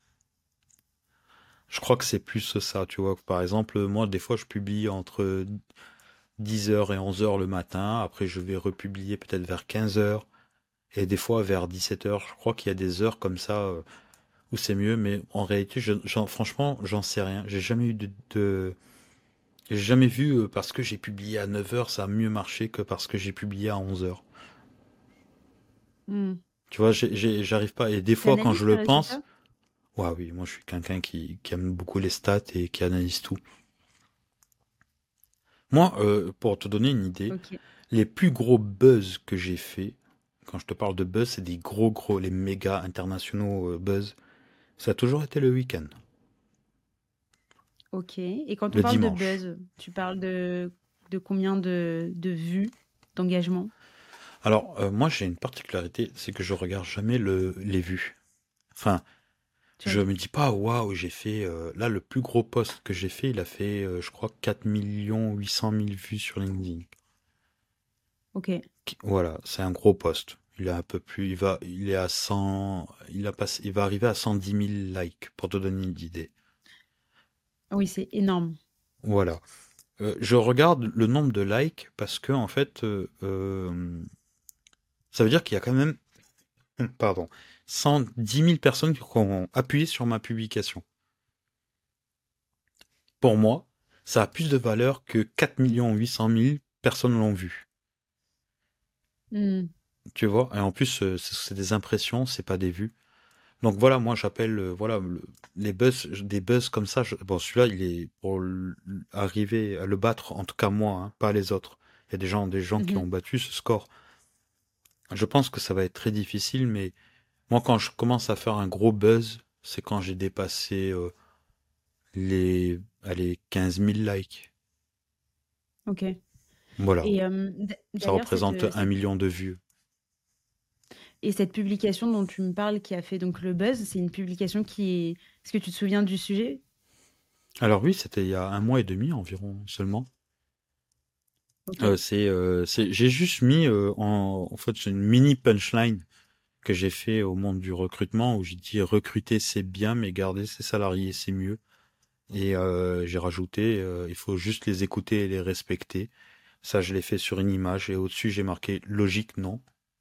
Je crois que c'est plus ça, tu vois. Par exemple, moi, des fois, je publie entre dix heures et onze heures le matin. Après, je vais republier peut-être vers quinze heures. Et des fois, vers dix-sept heures. Je crois qu'il y a des heures comme ça euh, où c'est mieux. Mais en réalité, je, j'en- franchement, j'en sais rien. J'ai jamais eu de... de- J'ai jamais vu euh, parce que j'ai publié à neuf heures, ça a mieux marché que parce que j'ai publié à onze heures. Hmm. Tu vois, j'ai- j'ai- j'arrive pas. Et des fois, quand je T'analyses tes le pense, résultats? ouais, oui, moi, je suis quelqu'un qui, qui aime beaucoup les stats et qui analyse tout. Moi, euh, pour te donner une idée, Ok. les plus gros buzz que j'ai fait, quand je te parle de buzz, c'est des gros gros, les méga internationaux euh, buzz, ça a toujours été le week-end, Ok. Et quand on le parle de dimanche. buzz, tu parles de, de combien de, de vues, d'engagement? Alors, euh, moi j'ai une particularité, c'est que je regarde jamais le, les vues. Enfin, Tu je reg- me dis pas, waouh, j'ai fait, euh, là le plus gros post que j'ai fait, il a fait, euh, je crois, quatre millions huit cent mille vues sur LinkedIn. Ok. Qui- Voilà, c'est un gros post. Il est un peu plus, il va, il est à cent, il a passé, il va arriver à cent dix mille likes, pour te donner une idée. Ah oui, c'est énorme. Voilà. Euh, je regarde le nombre de likes parce que en fait, euh, euh, ça veut dire qu'il y a quand même, pardon, cent dix mille personnes qui ont appuyé sur ma publication. Pour moi, ça a plus de valeur que quatre millions huit cent mille personnes l'ont vu. Hmm. Tu vois? Et en plus, euh, c'est c'est des impressions, c'est pas des vues. Donc voilà, moi j'appelle, euh, voilà, le- les buzz, des buzz comme ça. je- bon, celui-là, il est pour l- arriver à le battre, en tout cas moi, hein, pas les autres. Il y a des gens, des gens qui ont Mhm. battu ce score. Je pense que ça va être très difficile, mais moi, quand je commence à faire un gros buzz, c'est quand j'ai dépassé euh, les, allez, quinze mille likes. Ok. Voilà, Et euh, d- ça d'ailleurs, cette, représente euh, un cette, million de vues. et cette publication dont tu me parles qui a fait donc le buzz, c'est une publication qui est... Est-ce que tu te souviens du sujet? Alors oui, c'était il y a un mois et demi environ seulement. Ok. Euh, c'est, euh, c'est, j'ai juste mis euh, en, en fait, c'est une mini punchline que j'ai fait au monde du recrutement où j'ai dit recruter c'est bien, mais garder ses salariés c'est mieux. Et euh, j'ai rajouté, euh, il faut juste les écouter et les respecter. Ça, je l'ai fait sur une image et au-dessus, j'ai marqué logique, non.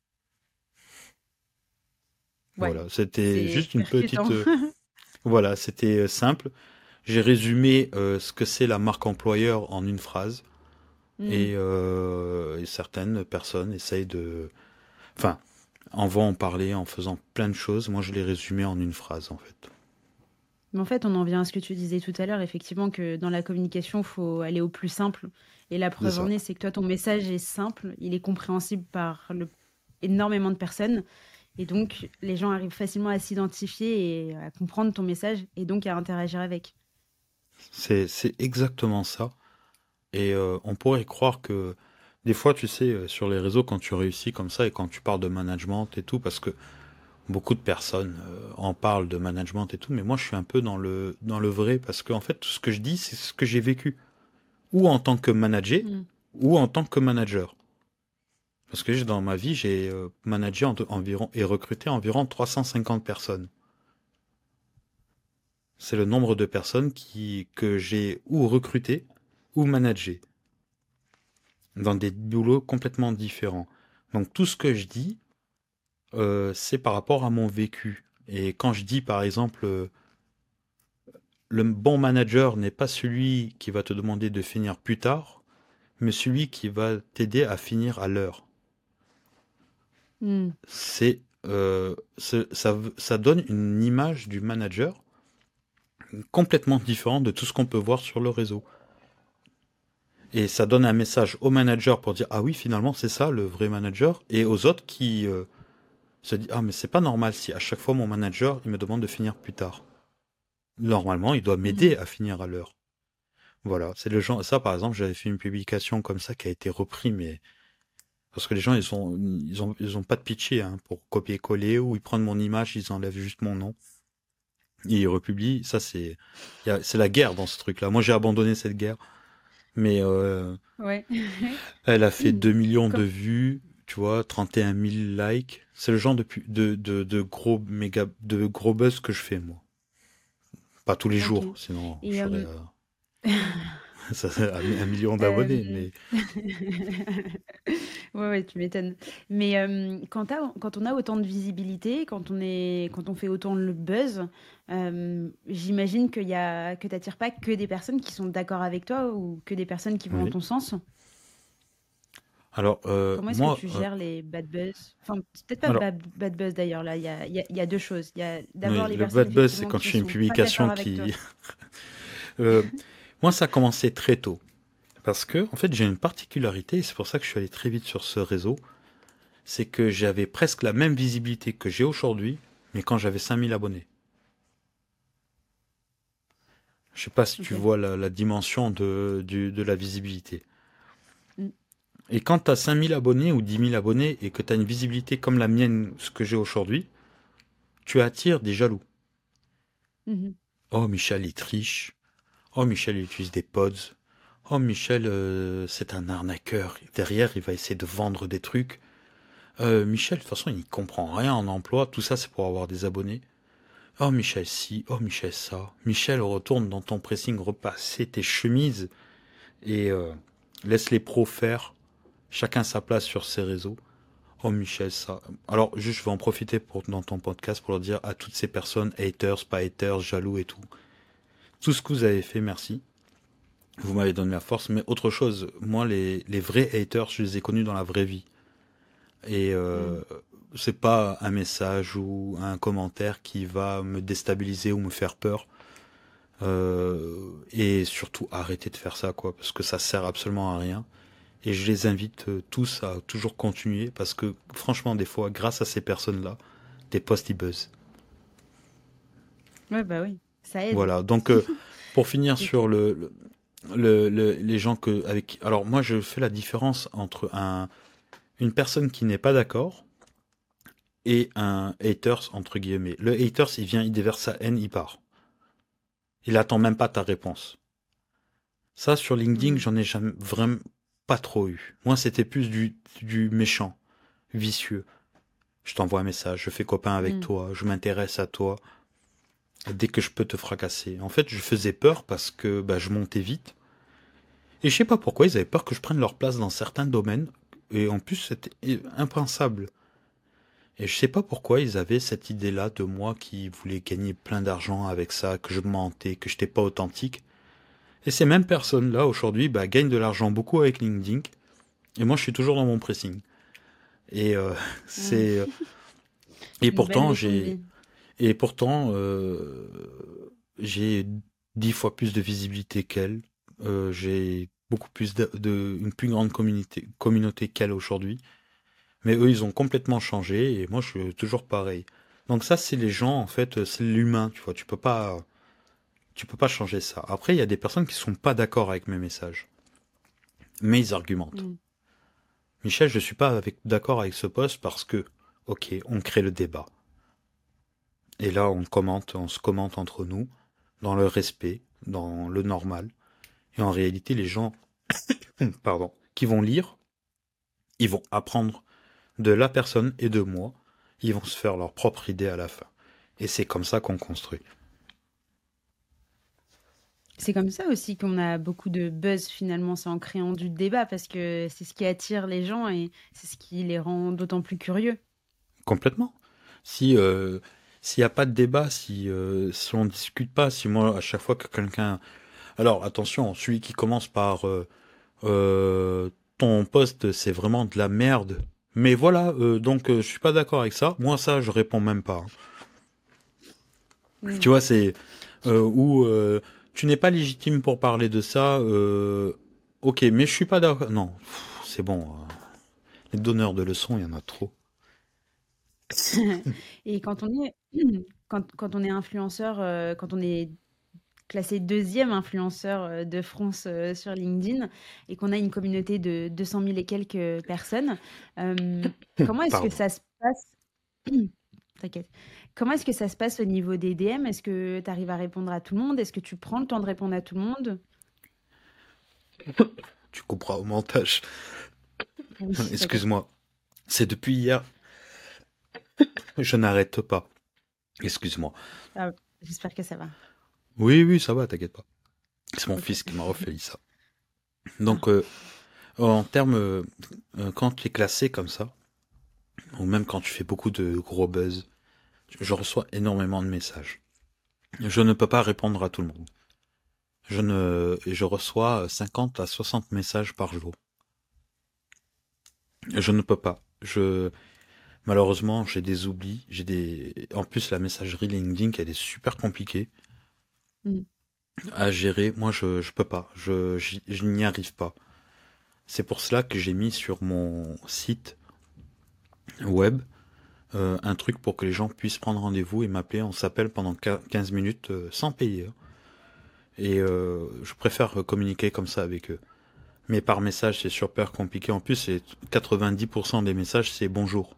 Ouais. Voilà, c'était C'est juste une petite. percutant. euh, voilà, c'était euh, simple. J'ai résumé euh, ce que c'est la marque employeur en une phrase Hmm. et, euh, et certaines personnes essayent de. Enfin, en vont en parler en faisant plein de choses. Moi, je l'ai résumé en une phrase en fait. Mais en fait, on en vient à ce que tu disais tout à l'heure, effectivement, que dans la communication, il faut aller au plus simple. Et la C'est preuve en ça. est, c'est que toi, ton message est simple, il est compréhensible par le... énormément de personnes. Et donc, les gens arrivent facilement à s'identifier et à comprendre ton message et donc à interagir avec. C'est c'est exactement ça. Et euh, on pourrait croire que Des fois, tu sais, euh, sur les réseaux, quand tu réussis comme ça et quand tu parles de management et tout, parce que beaucoup de personnes euh, en parlent de management et tout, mais moi, je suis un peu dans le, dans le vrai, parce que en fait, tout ce que je dis, c'est ce que j'ai vécu. Ou en tant que manager, Mm. ou en tant que manager. Parce que j'ai- dans ma vie, j'ai euh, managé en- environ et recruté environ trois cent cinquante personnes. C'est le nombre de personnes qui, que j'ai ou recruté ou managé dans des boulots complètement différents. Donc tout ce que je dis, euh, c'est par rapport à mon vécu. Et quand je dis par exemple, euh, le bon manager n'est pas celui qui va te demander de finir plus tard, mais celui qui va t'aider à finir à l'heure. Mm. C'est euh, c'est- ça, ça donne une image du manager complètement différente de tout ce qu'on peut voir sur le réseau. Et ça donne un message au manager pour dire ah oui finalement c'est ça le vrai manager et aux autres qui euh, se disent ah mais c'est pas normal si à chaque fois mon manager il me demande de finir plus tard. Normalement il doit m'aider Mhm. à finir à l'heure. Voilà, c'est le genre ça par exemple j'avais fait une publication comme ça qui a été repris mais parce que les gens ils sont ils ont ils ont pas de pitié hein, pour copier-coller ou ils prennent mon image ils enlèvent juste mon nom et ils republient. Ça c'est il y a- c'est la guerre dans ce truc là. Moi j'ai abandonné cette guerre mais euh, Ouais. elle a fait deux millions de Quand- vues, tu vois, trente et un mille likes. C'est le genre de, pu- de, de, de gros méga, de gros buzz que je fais, moi. Pas tous les Ok. jours, sinon je Et ferais euh, euh, ça, c'est un, mi- un million euh, d'abonnés. Mais Ouais, ouais, tu m'étonnes. Mais euh, quand, t'as- quand on a autant de visibilité, quand on est, quand on fait autant le buzz, euh, j'imagine qu'il y a, que t'attires pas que des personnes qui sont d'accord avec toi ou que des personnes qui vont dans oui. ton sens. Alors, euh, Comment est-ce que moi, tu euh, gères les bad buzz? Enfin, c'est peut-être pas alors, bad, bad buzz d'ailleurs, là, il y a, il y a- il y a deux choses. Il y a oui, d'abord les le personnes bad buzz, c'est effectivement quand je qui fais une sont pas publication d'accord avec toi. qui. Euh, moi, ça a commencé très tôt. Parce que, en fait, j'ai une particularité, et c'est pour ça que je suis allé très vite sur ce réseau. C'est que j'avais presque la même visibilité que j'ai aujourd'hui, mais quand j'avais cinq mille abonnés. Je sais pas si tu Ok. vois la, la dimension de, du- de la visibilité. Mm. Et quand tu as cinq mille abonnés ou dix mille abonnés et que tu as une visibilité comme la mienne, ce que j'ai aujourd'hui, tu attires des jaloux. Mhm. Oh, Michel, il triche. Oh, Michel, il utilise des pods. Oh, Michel, euh, c'est un arnaqueur. Derrière, il va essayer de vendre des trucs. Euh, Michel, de toute façon, il n'y comprend rien en emploi. Tout ça, c'est pour avoir des abonnés. Oh, Michel, si. Oh, Michel, ça. Michel, retourne dans ton pressing, repasser tes chemises et euh, laisse les pros faire. Chacun sa place sur ses réseaux. Oh Michel, ça. Alors, juste, je vais en profiter pour, dans ton podcast pour leur dire à toutes ces personnes, haters, pas haters, jaloux et tout. Tout ce que vous avez fait, merci. Vous m'avez donné la force. Mais autre chose, moi, les, les vrais haters, je les ai connus dans la vraie vie. Et Mm. euh, c'est pas un message ou un commentaire qui va me déstabiliser ou me faire peur. Euh, et surtout, arrêtez de faire ça, quoi, parce que ça sert absolument à rien. Et je les invite euh, tous à toujours continuer parce que franchement, des fois, grâce à ces personnes-là, tes posts ils buzzent. Ouais, bah oui, ça aide. Voilà. Donc, euh, pour finir Ok. sur le, le, le- le- les gens que avec, alors moi, je fais la différence entre un une personne qui n'est pas d'accord et un haters entre guillemets. Le haters, il vient, il déverse sa haine, il part. Il attend même pas ta réponse. Ça, sur LinkedIn, Mm. j'en ai jamais vraiment pas trop eu. Moi, c'était plus du du méchant, vicieux. Je t'envoie un message, je fais copain avec Mm. toi, je m'intéresse à toi, dès que je peux te fracasser. En fait, je faisais peur parce que bah, je montais vite. Et je sais pas pourquoi, ils avaient peur que je prenne leur place dans certains domaines. Et en plus, c'était impensable. Et je sais pas pourquoi ils avaient cette idée-là de moi qui voulait gagner plein d'argent avec ça, que je mentais, que je n'étais pas authentique. Et ces mêmes personnes-là, aujourd'hui, bah, gagnent de l'argent beaucoup avec LinkedIn. Et moi, je suis toujours dans mon pressing. Et euh, Mm. c'est... Et Une belle pourtant, leçon de j'ai vie. Et pourtant, euh, j'ai dix fois plus de visibilité qu'elle. Euh, j'ai beaucoup plus de, de- une plus grande communauté, communauté qu'elle aujourd'hui. Mais eux, ils ont complètement changé et moi, je suis toujours pareil. Donc ça, c'est les gens, en fait, c'est l'humain, tu vois. Tu peux pas, tu peux pas changer ça. Après, il y a des personnes qui sont pas d'accord avec mes messages, mais ils argumentent. Mm. Michel, je suis pas avec, d'accord avec ce post parce que, ok, on crée le débat. Et là, on commente, on se commente entre nous, dans le respect, dans le normal. Et en réalité, les gens, pardon, qui vont lire, ils vont apprendre de la personne et de moi. Ils vont se faire leur propre idée à la fin. Et c'est comme ça qu'on construit. C'est comme ça aussi qu'on a beaucoup de buzz finalement, c'est en créant du débat parce que c'est ce qui attire les gens et c'est ce qui les rend d'autant plus curieux. Complètement. Si euh, s'il n'y a pas de débat, si euh, si on discute pas, si moi à chaque fois que quelqu'un, alors attention, celui qui commence par euh, euh, ton poste c'est vraiment de la merde. Mais voilà, euh, donc euh, je suis pas d'accord avec ça. Moi ça je réponds même pas, hein. Mm. Tu vois, c'est euh, où euh, tu n'es pas légitime pour parler de ça. Euh, ok, mais je suis pas d'accord. Non, pff, c'est bon. euh, Les donneurs de leçons, il y en a trop. Et quand on est, quand, quand on est influenceur, euh, quand on est classé deuxième influenceur euh, de France euh, sur LinkedIn et qu'on a une communauté de deux cent mille et quelques personnes, euh, comment est-ce que Pardon. ça se passe? T'inquiète. Comment est-ce que ça se passe au niveau des D M? Est-ce que tu arrives à répondre à tout le monde? Est-ce que tu prends le temps de répondre à tout le monde? Tu couperas au montage. Oui, t'inquiète. Excuse-moi. C'est depuis hier. Je n'arrête pas. Excuse-moi. Ah, j'espère que ça va. Oui, oui, ça va, t'inquiète pas. C'est mon Ok. fils qui m'a refait ça. Ah. Donc, euh, en termes, euh, euh, quand tu es classé comme ça, ou même quand tu fais beaucoup de gros buzz, je reçois énormément de messages. Je ne peux pas répondre à tout le monde. Je ne, et je reçois cinquante à soixante messages par jour. Je ne peux pas. Je, malheureusement, j'ai des oublis, j'ai des, en plus, la messagerie LinkedIn, elle est super compliquée Mm. à gérer. Moi, je, je peux pas. Je, j'y- je n'y arrive pas. C'est pour cela que j'ai mis sur mon site web euh, un truc pour que les gens puissent prendre rendez-vous et m'appeler. On s'appelle pendant quinze minutes euh, sans payer, hein. Et euh, je préfère communiquer comme ça avec eux. Mais par message, c'est super compliqué. En plus, c'est quatre-vingt-dix pour cent des messages, c'est bonjour.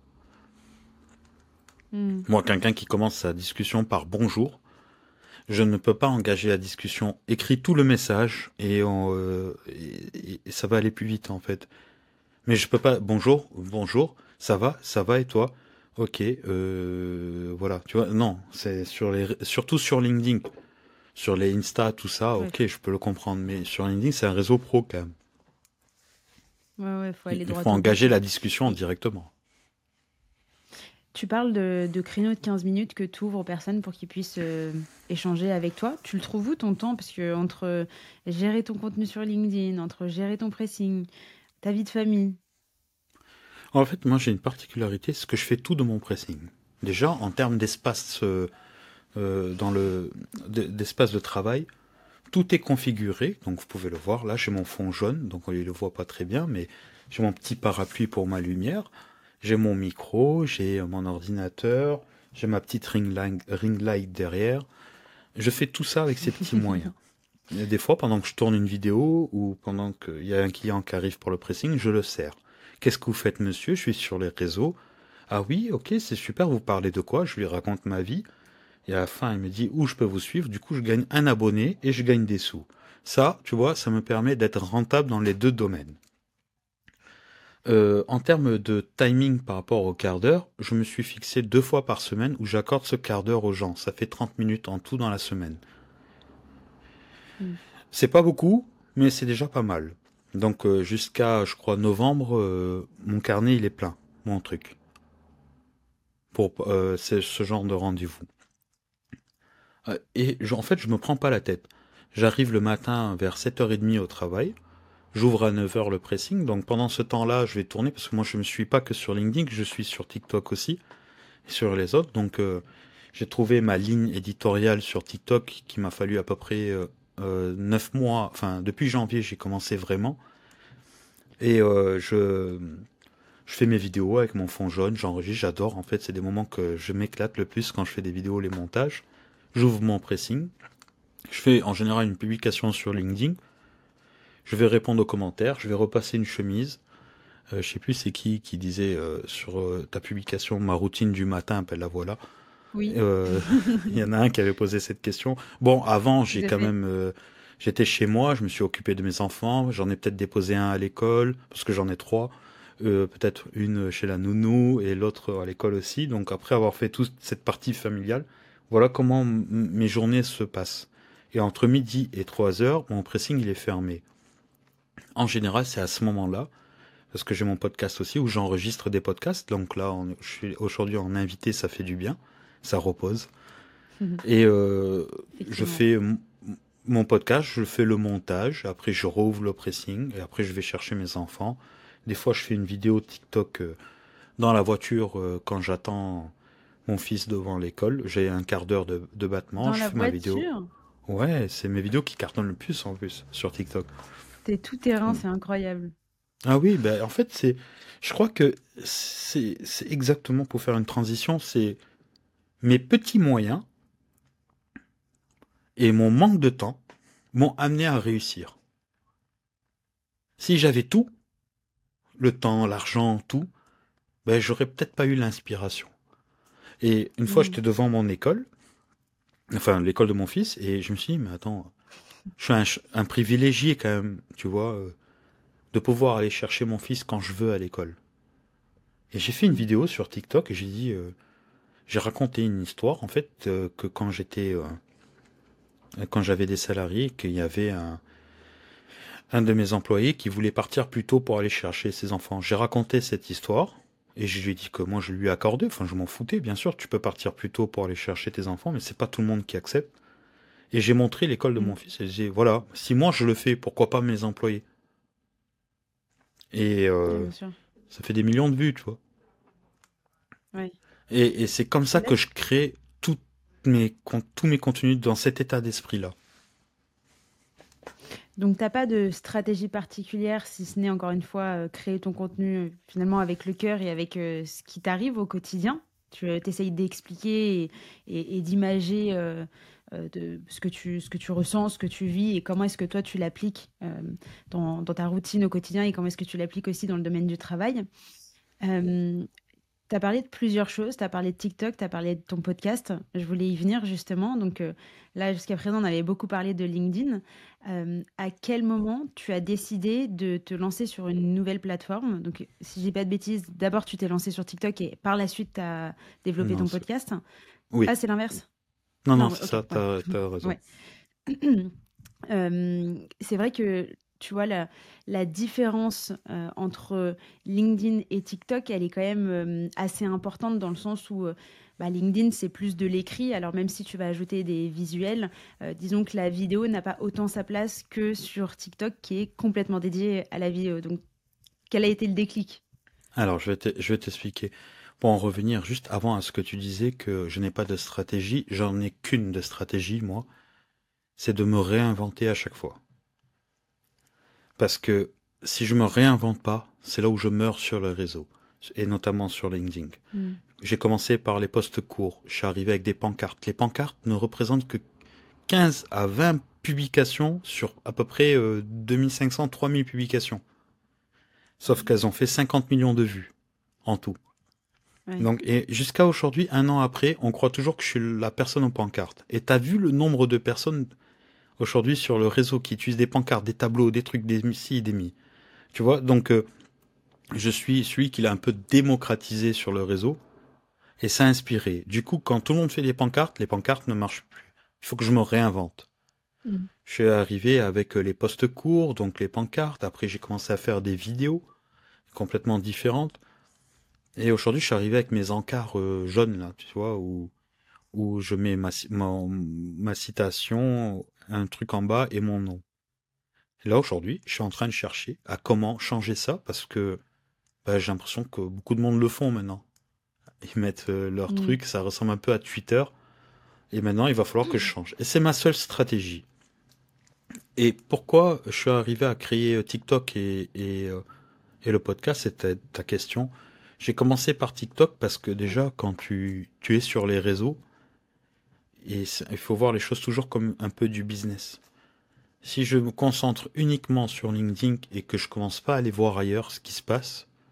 Mm. Moi, quelqu'un qui commence sa discussion par bonjour, je ne peux pas engager la discussion. Écris tout le message et, on, euh, et, et ça va aller plus vite en fait. Mais je peux pas. Bonjour, bonjour, ça va, ça va et toi? Ok, euh, voilà. Tu vois, non, c'est sur les, surtout sur LinkedIn, sur les Insta, tout ça. Ouais, Ok, je peux le comprendre, mais sur LinkedIn, c'est un réseau pro quand même. ouais, ouais, faut Il aller il droit faut au but, engager quoi. la discussion Et directement. tu parles de, de créneaux de quinze minutes que tu ouvres aux personnes pour qu'ils puissent euh, échanger avec toi. Tu le trouves où ton temps? Parce que entre gérer ton contenu sur LinkedIn, entre gérer ton pressing, ta vie de famille. En fait, moi, j'ai une particularité, c'est que je fais tout de mon pressing. Déjà, en termes d'espace euh, euh, dans le d'espace de travail, tout est configuré, donc vous pouvez le voir. Là, j'ai mon fond jaune, donc on ne le voit pas très bien, mais j'ai mon petit parapluie pour ma lumière. J'ai mon micro, j'ai mon ordinateur, j'ai ma petite ring light, ring light derrière. Je fais tout ça avec ces petits moyens. Et des fois, pendant que je tourne une vidéo ou pendant qu'il y a un client qui arrive pour le pressing, je le sers. Qu'est-ce que vous faites, monsieur? Je suis sur les réseaux. Ah oui, ok, c'est super, vous parlez de quoi? Je lui raconte ma vie. Et à la fin, il me dit où je peux vous suivre. Du coup, je gagne un abonné et je gagne des sous. Ça, tu vois, ça me permet d'être rentable dans les deux domaines. Euh, en termes de timing par rapport au quart d'heure, je me suis fixé deux fois par semaine où j'accorde ce quart d'heure aux gens. Ça fait trente minutes en tout dans la semaine. Mm. C'est pas beaucoup, mais c'est déjà pas mal. Donc euh, jusqu'à, je crois, novembre, euh, mon carnet il est plein, mon truc, pour euh, c'est ce genre de rendez-vous. Euh, et je- en fait, je me prends pas la tête. J'arrive le matin vers sept heures trente au travail. J'ouvre à neuf heures le pressing, donc pendant ce temps-là, je vais tourner, parce que moi je ne suis pas que sur LinkedIn, je suis sur TikTok aussi, et sur les autres. Donc euh, j'ai trouvé ma ligne éditoriale sur TikTok qui m'a fallu à peu près euh, euh, neuf mois, enfin depuis janvier j'ai commencé vraiment. Et euh, je, je fais mes vidéos avec mon fond jaune, j'enregistre, j'adore. En fait, c'est des moments que je m'éclate le plus quand je fais des vidéos, les montages. J'ouvre mon pressing. Je fais en général une publication sur LinkedIn. Je vais répondre aux commentaires. Je vais repasser une chemise. Euh, je sais plus c'est qui qui disait euh, sur euh, ta publication, ma routine du matin, ben la voilà. Oui, Euh, Il y en a un qui avait posé cette question. Bon, avant, tout j'ai à quand fait. même, euh, j'étais chez moi, je me suis occupé de mes enfants. J'en ai peut-être déposé un à l'école parce que j'en ai trois. Euh, peut-être une chez la nounou et l'autre à l'école aussi. Donc après avoir fait toute cette partie familiale, voilà comment m- mes journées se passent. Et entre midi et trois heures, mon pressing il est fermé. En général, c'est à ce moment-là parce que j'ai mon podcast aussi où j'enregistre des podcasts. Donc là, on- je suis aujourd'hui en invité, ça fait du bien, ça repose. Et euh, je Effectivement. fais m- mon podcast, je fais le montage, après je rouvre le pressing, et après je vais chercher mes enfants. Des fois, je fais une vidéo TikTok euh, dans la voiture euh, quand j'attends mon fils devant l'école. J'ai un quart d'heure de, de battement, Dans je la fais ma vidéo. voiture, Ouais, c'est mes vidéos qui cartonnent le plus en plus sur TikTok. t'es tout terrain, Mm. c'est incroyable. Ah oui, ben en fait, c'est, je crois que c'est, c'est exactement pour faire une transition, c'est mes petits moyens et mon manque de temps m'ont amené à réussir. Si j'avais tout, le temps, l'argent, tout, ben j'aurais peut-être pas eu l'inspiration. Et une fois, Mm. j'étais devant mon école, enfin l'école de mon fils, et je me suis dit, mais attends, je suis un, ch- un privilégié quand même, tu vois, euh, de pouvoir aller chercher mon fils quand je veux à l'école. Et j'ai fait une Mm. vidéo sur TikTok et j'ai dit, euh, j'ai raconté une histoire, en fait, euh, que quand j'étais, euh, quand j'avais des salariés, qu'il y avait un, un de mes employés qui voulait partir plus tôt pour aller chercher ses enfants. J'ai raconté cette histoire et je lui ai dit que moi je lui ai accordé, enfin je m'en foutais, bien sûr, tu peux partir plus tôt pour aller chercher tes enfants, mais c'est pas tout le monde qui accepte. Et j'ai montré l'école de Mm. mon fils et j'ai dit, voilà, si moi je le fais, pourquoi pas mes employés? Et Ouais, euh, bien sûr. ça fait des millions de vues, tu vois. Ouais. Et, et c'est comme Et ça là, que je crée toutes mes, con- tous mes contenus dans cet état d'esprit-là. donc t'as pas de stratégie particulière, si ce n'est encore une fois euh, créer ton contenu euh, finalement avec le cœur et avec euh, ce qui t'arrive au quotidien. Tu essayes d'expliquer et, et- et d'imager euh, euh, de ce que tu, ce que tu ressens, ce que tu vis et comment est-ce que toi tu l'appliques euh, dans, dans ta routine au quotidien et comment est-ce que tu l'appliques aussi dans le domaine du travail. Euh, Tu as parlé de plusieurs choses, tu as parlé de TikTok, tu as parlé de ton podcast. Je voulais y venir justement. Donc euh, là, jusqu'à présent, on avait beaucoup parlé de LinkedIn. Euh, à quel moment tu as décidé de te lancer sur une nouvelle plateforme? Donc, si j'ai pas de bêtises, d'abord tu t'es lancé sur TikTok et par la suite tu as développé Non, ton c'est- podcast. oui. Ah, c'est l'inverse? Non, non, Non, c'est ok, ça, ouais. t'as, t'as raison. Ouais. Euh, c'est vrai que tu vois la, la différence euh, entre LinkedIn et TikTok, elle est quand même euh, assez importante dans le sens où euh, bah, LinkedIn c'est plus de l'écrit. Alors même si tu vas ajouter des visuels, euh, disons que la vidéo n'a pas autant sa place que sur TikTok qui est complètement dédié à la vidéo. Donc quel a été le déclic? Alors, je vais te- je vais t'expliquer. Pour en revenir juste avant à ce que tu disais que je n'ai pas de stratégie, j'en ai qu'une de stratégie, moi, c'est de me réinventer à chaque fois. Parce que si je me réinvente pas, c'est là où je meurs sur le réseau, et notamment sur LinkedIn. Mm. J'ai commencé par les posts courts, je suis arrivé avec des pancartes. Les pancartes ne représentent que quinze à vingt publications sur à peu près euh, deux mille cinq cents, trois mille publications. Sauf qu'elles ont fait cinquante millions de vues en tout. Ouais. Donc, et jusqu'à aujourd'hui, un an après, on croit toujours que je suis la personne aux pancartes. Et t'as vu le nombre de personnes aujourd'hui sur le réseau qui utilisent des pancartes, des tableaux, des trucs, des ci et des mi. Tu vois, donc euh, je suis celui qui l'a un peu démocratisé sur le réseau et ça a inspiré. Du coup, quand tout le monde fait des pancartes, les pancartes ne marchent plus. Il faut que je me réinvente. Mm. Je suis arrivé avec euh, les posts courts, donc les pancartes. Après, j'ai commencé à faire des vidéos complètement différentes. Et aujourd'hui, je suis arrivé avec mes encarts euh, jaunes, là, tu vois, où où je mets ma, ma, ma citation, un truc en bas et mon nom. Et là, aujourd'hui, je suis en train de chercher à comment changer ça parce que bah, j'ai l'impression que beaucoup de monde le font maintenant. Ils mettent euh, leur Mm. truc, ça ressemble un peu à Twitter. Et maintenant, il va falloir que je change. Et c'est ma seule stratégie. Et pourquoi je suis arrivé à créer euh, TikTok et, et, euh, et le podcast, c'était ta question. J'ai commencé par TikTok parce que déjà, quand tu, tu es sur les réseaux, et il faut voir les choses toujours comme un peu du business. Si je me concentre uniquement sur LinkedIn et que je commence pas à aller voir ailleurs ce qui se passe,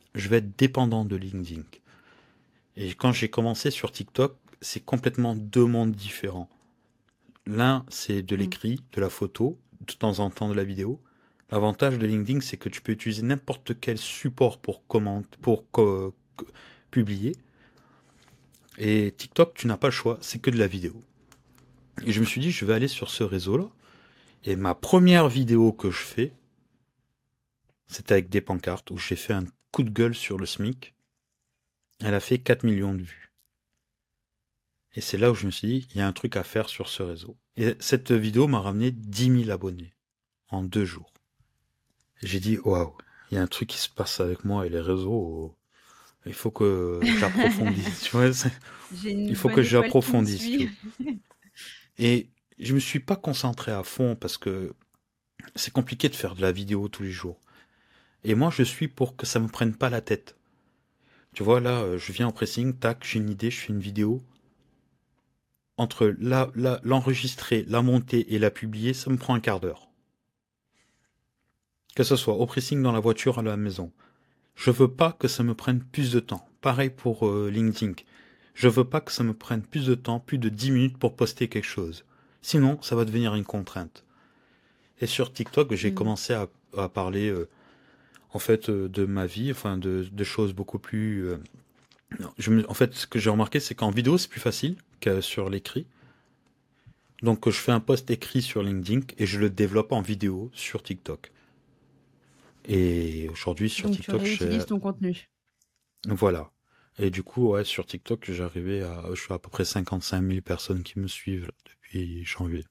je vais être dépendant de LinkedIn. Et quand j'ai commencé sur TikTok, c'est complètement deux mondes différents. L'un, c'est de Mm. l'écrit, de la photo, de temps en temps de la vidéo. L'avantage de LinkedIn, c'est que tu peux utiliser n'importe quel support pour commenter, pour co- co- publier. Et TikTok, tu n'as pas le choix, c'est que de la vidéo. Et je me suis dit, je vais aller sur ce réseau-là. Et ma première vidéo que je fais, c'était avec des pancartes où j'ai fait un coup de gueule sur le SMIC. Elle a fait quatre millions de vues. Et c'est là où je me suis dit, il y a un truc à faire sur ce réseau. Et cette vidéo m'a ramené dix mille abonnés en deux jours. Et j'ai dit, waouh, il y a un truc qui se passe avec moi et les réseaux. Il faut que j'approfondisse. Tu vois, c'est- J'ai il une faut que bonne étoile qui me j'approfondisse, tu suit. vois. Et je me suis pas concentré à fond parce que c'est compliqué de faire de la vidéo tous les jours. Et moi, je suis pour que ça me prenne pas la tête. Tu vois, là, euh, je viens en pressing, tac, j'ai une idée, je fais une vidéo. Entre la, la, l'enregistrer, la monter et la publier, ça me prend un quart d'heure. Que ce soit au pressing, dans la voiture, à la maison. Je veux pas que ça me prenne plus de temps. Pareil pour euh, LinkedIn. Je veux pas que ça me prenne plus de temps, plus de dix minutes pour poster quelque chose. Sinon, ça va devenir une contrainte. Et sur TikTok, j'ai Mm. commencé à, à parler euh, en fait euh, de ma vie, enfin de, de choses beaucoup plus. euh, non, je me- en fait, ce que j'ai remarqué, c'est qu'en vidéo, c'est plus facile que sur l'écrit. Donc, je fais un post écrit sur LinkedIn et je le développe en vidéo sur TikTok. Et aujourd'hui, sur Donc tu TikTok, j'ai... réutilises ton contenu. voilà. Et du coup, ouais, sur TikTok, j'ai arrivé à, je suis à peu près cinquante-cinq mille personnes qui me suivent là, depuis janvier.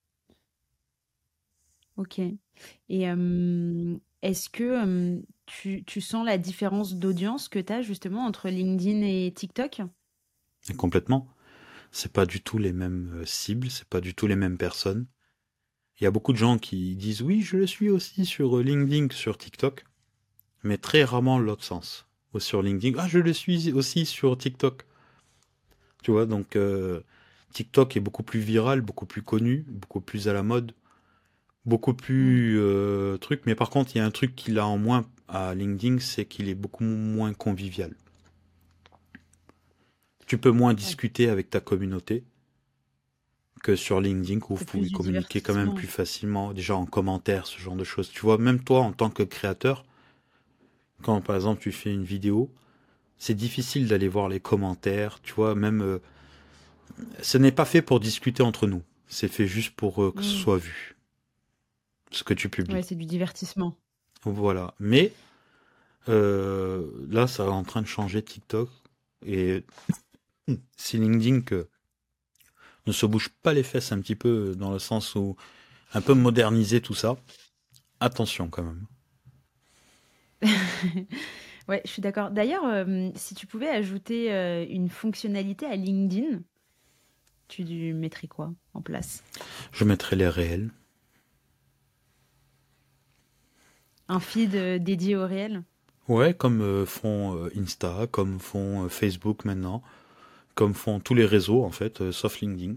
Ok. Et euh, est-ce que euh, tu, tu sens la différence d'audience que tu as justement entre LinkedIn et TikTok? Et complètement. C'est pas du tout les mêmes euh, cibles, c'est pas du tout les mêmes personnes. Il y a beaucoup de gens qui disent oui, je le suis aussi sur euh, LinkedIn, sur TikTok, mais très rarement l'autre sens. Ou sur LinkedIn, ah, je le suis aussi sur TikTok. Tu vois, donc euh, TikTok est beaucoup plus viral, beaucoup plus connu, beaucoup plus à la mode, beaucoup Mm. plus euh, truc. Mais par contre, il y a un truc qu'il a en moins à LinkedIn, c'est qu'il est beaucoup moins convivial. Tu peux moins Ouais. discuter avec ta communauté que sur LinkedIn où vous C'est plus pouvez du communiquer quand même divertissement. plus facilement, déjà en commentaire, ce genre de choses. Tu vois, même toi en tant que créateur, quand par exemple tu fais une vidéo, c'est difficile d'aller voir les commentaires, tu vois, même euh, ce n'est pas fait pour discuter entre nous. C'est fait juste pour euh, que ce Mm. soit vu, ce que tu Ouais, publies. c'est du divertissement. Voilà. Mais euh, là, ça est en train de changer TikTok. Et si LinkedIn que ne se bouge pas les fesses un petit peu dans le sens où un peu moderniser tout ça, attention quand même. Ouais, je suis d'accord. D'ailleurs, euh, si tu pouvais ajouter euh, une fonctionnalité à LinkedIn, tu lui mettrais quoi en place? Je mettrai les réels. Un feed euh, dédié au réel? Ouais, comme euh, font euh, Insta, comme font euh, Facebook maintenant, comme font tous les réseaux en fait, euh, sauf LinkedIn.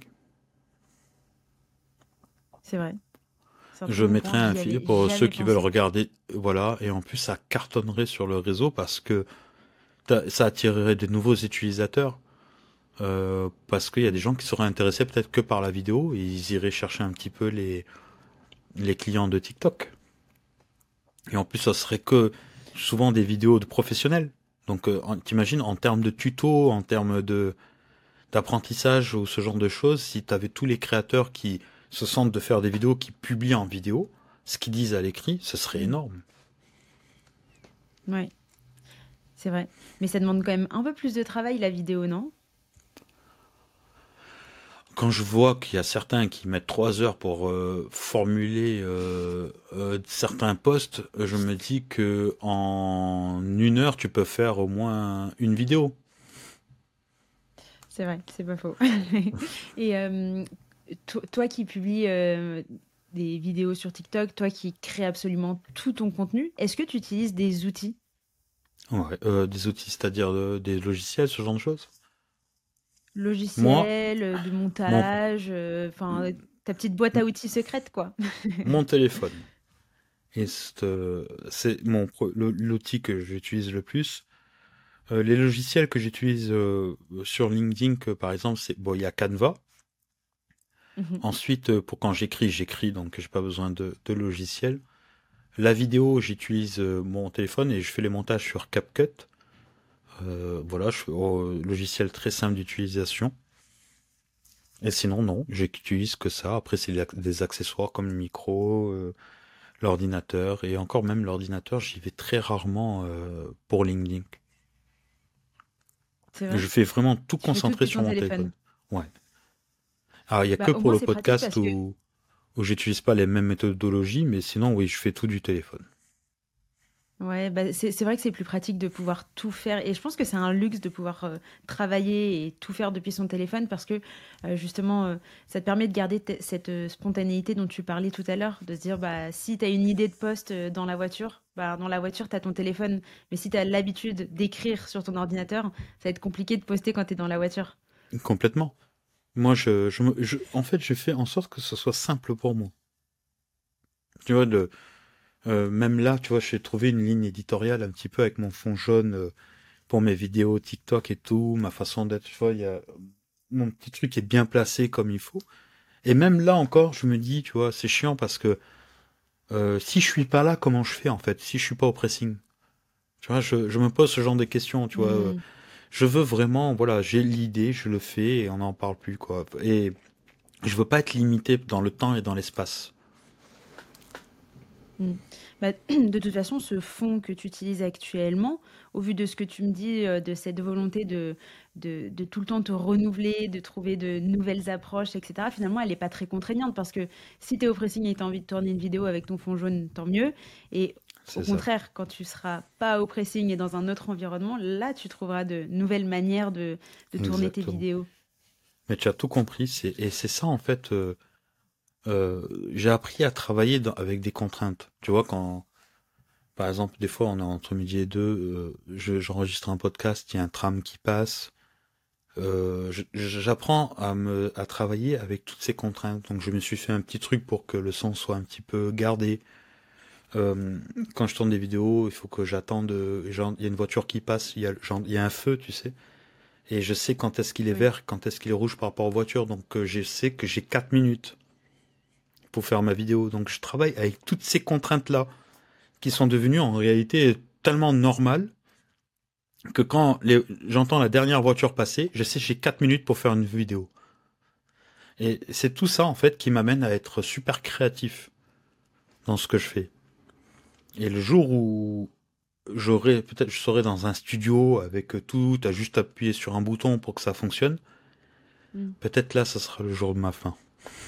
C'est vrai. C'est un très Je bon mettrai point. un J'y fil avais pour ceux jamais qui veulent pensé. regarder, voilà, et en plus ça cartonnerait sur le réseau parce que t'as- ça attirerait de nouveaux utilisateurs, euh, parce qu'il y a des gens qui seraient intéressés peut-être que par la vidéo, et ils iraient chercher un petit peu les, les clients de TikTok. Et en plus ça serait que souvent des vidéos de professionnels. Donc euh, en- t'imagines en termes de tutos, en termes de d'apprentissage ou ce genre de choses, si tu avais tous les créateurs qui se sentent de faire des vidéos, qui publient en vidéo, ce qu'ils disent à l'écrit, ce serait Mm. énorme. Ouais, c'est vrai. Mais ça demande quand même un peu plus de travail, la vidéo, non? Quand je vois qu'il y a certains qui mettent trois heures pour euh, formuler euh, euh, certains posts, je me dis que en une heure, tu peux faire au moins une vidéo. C'est vrai, c'est pas faux. Et euh, to- toi qui publies euh, des vidéos sur TikTok, toi qui crées absolument tout ton contenu, est-ce que tu utilises des outils? Ouais, euh, des outils, c'est-à-dire euh, des logiciels, ce genre de choses. Moi, Logiciels, euh, de mon, montage, euh, enfin, ta petite boîte à outils secrète, quoi. mon téléphone. Et c'est euh, c'est mon pro- le- l'outil que j'utilise le plus. Euh, les logiciels que j'utilise euh, sur LinkedIn, que, par exemple, c'est bon, il y a Canva. Mhm. Ensuite, euh, pour quand j'écris, j'écris, donc j'ai pas besoin de, de logiciel. La vidéo, j'utilise euh, mon téléphone et je fais les montages sur CapCut. Euh, voilà, je fais oh, logiciel très simple d'utilisation. Et sinon, non, j'utilise que ça. Après, c'est les ac- des accessoires comme le micro, euh, l'ordinateur. Et encore même l'ordinateur, j'y vais très rarement euh, pour LinkedIn. C'est vrai? Je fais vraiment tout Tu fais tout concentrer depuis sur ton mon téléphone. téléphone. Ouais. Alors, il y a que Bah, au pour moins, le c'est pratique podcast parce que où, où j'utilise pas les mêmes méthodologies, mais sinon, oui, je fais tout du téléphone. ouais, bah, c'est c'est vrai que c'est plus pratique de pouvoir tout faire. Et je pense que c'est un luxe de pouvoir euh, travailler et tout faire depuis son téléphone parce que euh, justement, euh, ça te permet de garder te- cette euh, spontanéité dont tu parlais tout à l'heure, de se dire, bah, si tu as une idée de poste euh, dans la voiture, bah, dans la voiture, tu as ton téléphone. Mais si tu as l'habitude d'écrire sur ton ordinateur, ça va être compliqué de poster quand tu es dans la voiture. Complètement. Moi, je, je, me- je- en fait, je fais en sorte que ce soit simple pour moi. Tu vois, de, euh, même là, tu vois, j'ai trouvé une ligne éditoriale un petit peu avec mon fond jaune euh, pour mes vidéos TikTok et tout, ma façon d'être, tu vois, il y a mon petit truc est bien placé comme il faut. Et même là encore, je me dis, tu vois, c'est chiant parce que euh, si je suis pas là, comment je fais en fait? Si je suis pas au pressing, tu vois, je, je me pose ce genre de questions, tu vois. euh, Hmm. Je veux vraiment, voilà, j'ai l'idée, je le fais et on n'en parle plus, quoi. Et je veux pas être limité dans le temps et dans l'espace. Mm. Bah, de toute façon, ce fond que tu utilises actuellement, au vu de ce que tu me dis, euh, de cette volonté de, de, de tout le temps te renouveler, de trouver de nouvelles approches, et cetera, finalement, elle n'est pas très contraignante parce que si tu es au pressing et tu as envie de tourner une vidéo avec ton fond jaune, tant mieux. Et au C'est ça. contraire, quand tu seras pas au pressing et dans un autre environnement, là, tu trouveras de nouvelles manières de, de tourner tes Exactement. vidéos. Mais tu as tout compris, c'est, et c'est ça, en fait, euh, euh, j'ai appris à travailler dans- avec des contraintes. Tu vois, quand, par exemple, des fois, on est entre midi et deux, euh, je- j'enregistre un podcast, il y a un tram qui passe, euh, je- je- j'apprends à me, à travailler avec toutes ces contraintes. Donc, je me suis fait un petit truc pour que le son soit un petit peu gardé. Euh, quand je tourne des vidéos, il faut que j'attende, euh, genre, il y a une voiture qui passe, il y a, genre, il y a un feu, tu sais. Et je sais quand est-ce qu'il est Oui. vert, quand est-ce qu'il est rouge par rapport aux voitures. Donc, euh, je sais que j'ai quatre minutes pour faire ma vidéo. Donc je travaille avec toutes ces contraintes-là qui sont devenues en réalité tellement normales que quand les- j'entends la dernière voiture passer, je sais que j'ai quatre minutes pour faire une vidéo. Et c'est tout ça en fait qui m'amène à être super créatif dans ce que je fais. Et le jour où j'aurai, peut-être je serai dans un studio avec tout, t'as juste appuyé sur un bouton pour que ça fonctionne, Mm. peut-être là, ça sera le jour de ma fin.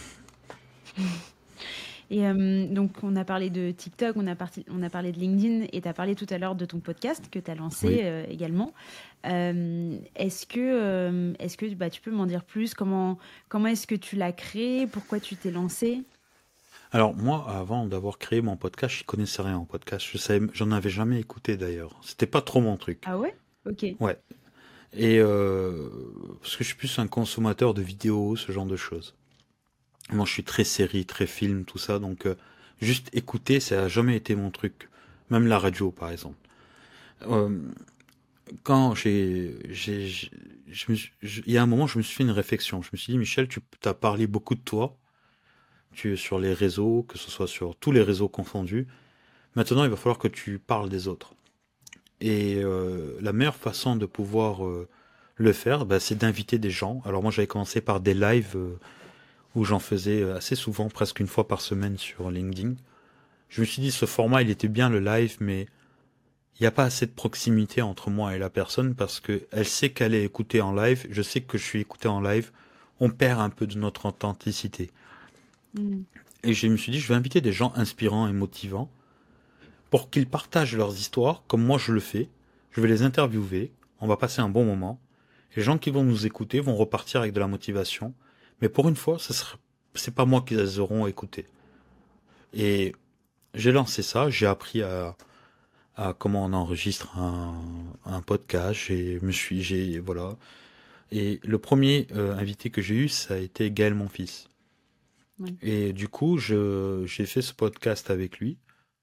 Et euh, donc, on a parlé de TikTok, on a, parti- on a parlé de LinkedIn et tu as parlé tout à l'heure de ton podcast que tu as lancé Oui. euh, également. Euh, est-ce que, euh, est-ce que bah, tu peux m'en dire plus? Comment, comment est-ce que tu l'as créé? Pourquoi tu t'es lancé? Alors moi, avant d'avoir créé mon podcast, je connaissais rien en podcast. Je savais, j'en avais jamais écouté d'ailleurs. C'était pas trop mon truc. Ah ouais? Ok. Ouais. Et euh, parce que je suis plus un consommateur de vidéos, ce genre de choses. Moi, je suis très série, très film, tout ça. Donc, euh, juste écouter, ça a jamais été mon truc. Même la radio, par exemple. Euh, quand j'ai, j'ai, j'ai- je me suis- je- il y a un moment, je me suis fait une réflexion. Je me suis dit, Michel, tu as parlé beaucoup de toi. Tu es sur les réseaux, que ce soit sur tous les réseaux confondus. Maintenant, il va falloir que tu parles des autres. Et euh, la meilleure façon de pouvoir euh, le faire, bah, c'est d'inviter des gens. Alors moi, j'avais commencé par des lives euh, où j'en faisais assez souvent, presque une fois par semaine sur LinkedIn. Je me suis dit, ce format, il était bien le live, mais il n'y a pas assez de proximité entre moi et la personne parce que elle sait qu'elle est écoutée en live, je sais que je suis écouté en live. On perd un peu de notre authenticité. Mm. Et je me suis dit, je vais inviter des gens inspirants et motivants pour qu'ils partagent leurs histoires comme moi je le fais. Je vais les interviewer, on va passer un bon moment. Les gens qui vont nous écouter vont repartir avec de la motivation. Mais pour une fois, ce sera, c'est pas moi qui les auront écoutés. Et j'ai lancé ça, j'ai appris à, à comment on enregistre un, un podcast. J'ai, me suis, j'ai, voilà. Et le premier euh, invité que j'ai eu, ça a été Gaël, mon fils. Ouais. Et du coup, je, j'ai fait ce podcast avec lui.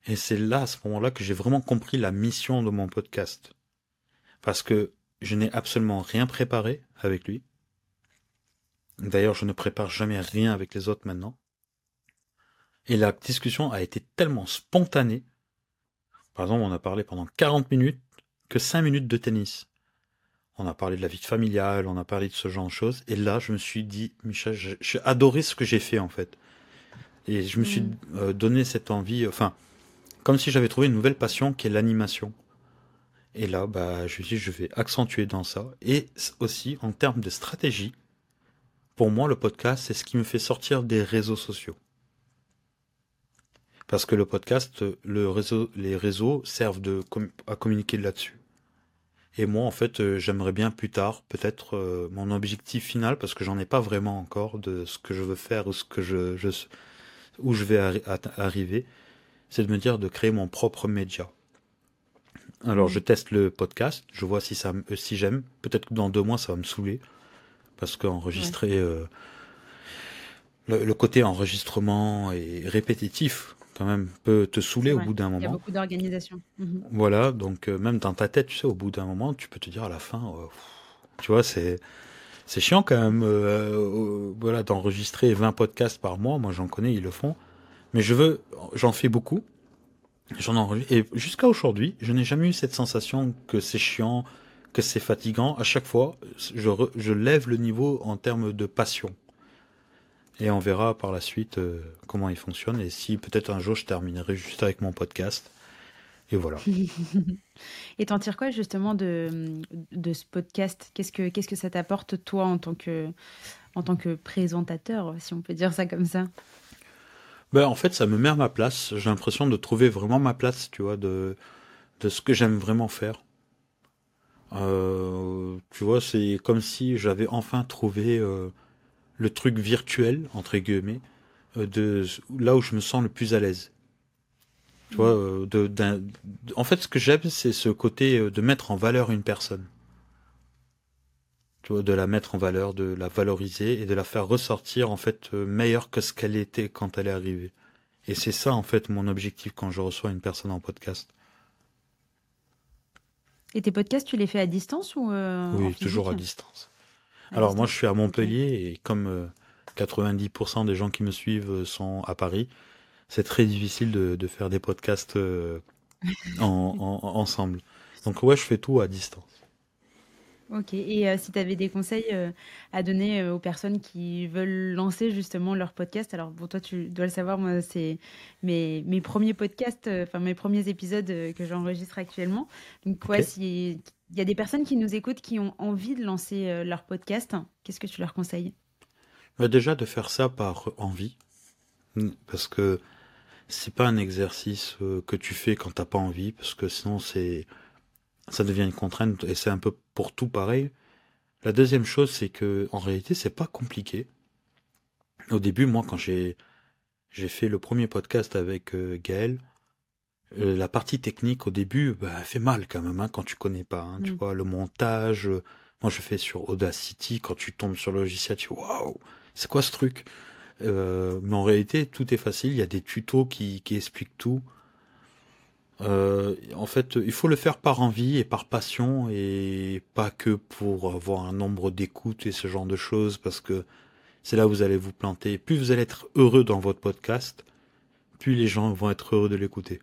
Et c'est là, à ce moment-là, que j'ai vraiment compris la mission de mon podcast. Parce que je n'ai absolument rien préparé avec lui. D'ailleurs, je ne prépare jamais rien avec les autres maintenant. Et la discussion a été tellement spontanée. Par exemple, on a parlé pendant quarante minutes que cinq minutes de tennis. On a parlé de la vie familiale, on a parlé de ce genre de choses. Et là, je me suis dit, Michel, j'ai j'ai adoré ce que j'ai fait en fait. Et je me suis Mm. euh, donné cette envie, enfin, comme si j'avais trouvé une nouvelle passion qui est l'animation. Et là, bah, je me suis dit, je vais accentuer dans ça. Et aussi, en termes de stratégie, pour moi, le podcast, c'est ce qui me fait sortir des réseaux sociaux. Parce que le podcast, le réseau, les réseaux servent de, com- à communiquer là-dessus. Et moi, en fait, euh, j'aimerais bien plus tard, peut-être euh, mon objectif final, parce que j'en ai pas vraiment encore de ce que je veux faire ou ce que je, je où je vais arri- at- arriver, c'est de me dire de créer mon propre média. Alors, je Mm. teste le podcast, je vois si ça, me- euh, si j'aime. Peut-être que dans deux mois, ça va me saouler, parce Ouais. qu'enregistrer, euh, le, le côté enregistrement et répétitif, quand même, peut te C'est saouler au vrai. bout d'un Il y a moment. beaucoup d'organisation. Mhm. Voilà, donc euh, même dans ta tête, tu sais, au bout d'un moment, tu peux te dire à la fin, euh, pff, tu vois, c'est c'est chiant quand même, euh, euh, voilà, d'enregistrer vingt podcasts par mois. Moi, j'en connais, ils le font, mais je veux, j'en fais beaucoup, j'en enregistre, et jusqu'à aujourd'hui, je n'ai jamais eu cette sensation que c'est chiant, que c'est fatigant. À chaque fois, je, re- je lève le niveau en termes de passion, et on verra par la suite euh, comment il fonctionne, et si peut-être un jour je terminerai juste avec mon podcast, et voilà. Et t'en tires quoi justement de, de ce podcast? Qu'est-ce que, qu'est-ce que ça t'apporte toi en tant que, en tant que présentateur, si on peut dire ça comme ça? Ben, en fait, ça me met à ma place. J'ai l'impression de trouver vraiment ma place, tu vois, de, de ce que j'aime vraiment faire. Euh, tu vois, c'est comme si j'avais enfin trouvé euh, le truc virtuel, entre guillemets, euh, de là où je me sens le plus à l'aise. Tu vois, Mm. euh, de, d'un- de- en fait, ce que j'aime, c'est ce côté euh, de mettre en valeur une personne. Tu vois, de la mettre en valeur, de la valoriser et de la faire ressortir, en fait, euh, meilleure que ce qu'elle était quand elle est arrivée. Et c'est ça, en fait, mon objectif quand je reçois une personne en podcast. Et tes podcasts, tu les fais à distance ou euh, en Oui, toujours physique? à distance. À Alors moi, je distance. suis à Ok. Montpellier et comme euh, quatre-vingt-dix pour cent des gens qui me suivent euh, sont à Paris, c'est très difficile de, de faire des podcasts euh, en, en- ensemble. Donc ouais, je fais tout à distance. Ok. Et euh, si tu avais des conseils euh, à donner euh, aux personnes qui veulent lancer justement leur podcast, alors pour toi, tu dois le savoir, moi, c'est mes, mes premiers podcasts, euh, enfin mes premiers épisodes euh, que j'enregistre actuellement. Donc, Ok. ouais, si il y a des personnes qui nous écoutent qui ont envie de lancer euh, leur podcast, qu'est-ce que tu leur conseilles? Bah, déjà de faire ça par envie, mm, parce que c'est pas un exercice euh, que tu fais quand t'as pas envie, parce que sinon c'est ça devient une contrainte et c'est un peu pour tout pareil. La deuxième chose, c'est que en réalité, c'est pas compliqué. Au début, moi, quand j'ai j'ai fait le premier podcast avec euh, Gaël, Euh, la partie technique au début, bah, elle fait mal quand même hein, quand tu connais pas. Hein, tu Mm. vois, le montage. euh, moi, je fais sur Audacity. Quand tu tombes sur le logiciel, tu dis waouh, c'est quoi ce truc? Euh, mais en réalité, tout est facile. Il y a des tutos qui, qui expliquent tout. Euh, en fait, il faut le faire par envie et par passion et pas que pour avoir un nombre d'écoutes et ce genre de choses parce que c'est là où vous allez vous planter. Plus vous allez être heureux dans votre podcast, plus les gens vont être heureux de l'écouter.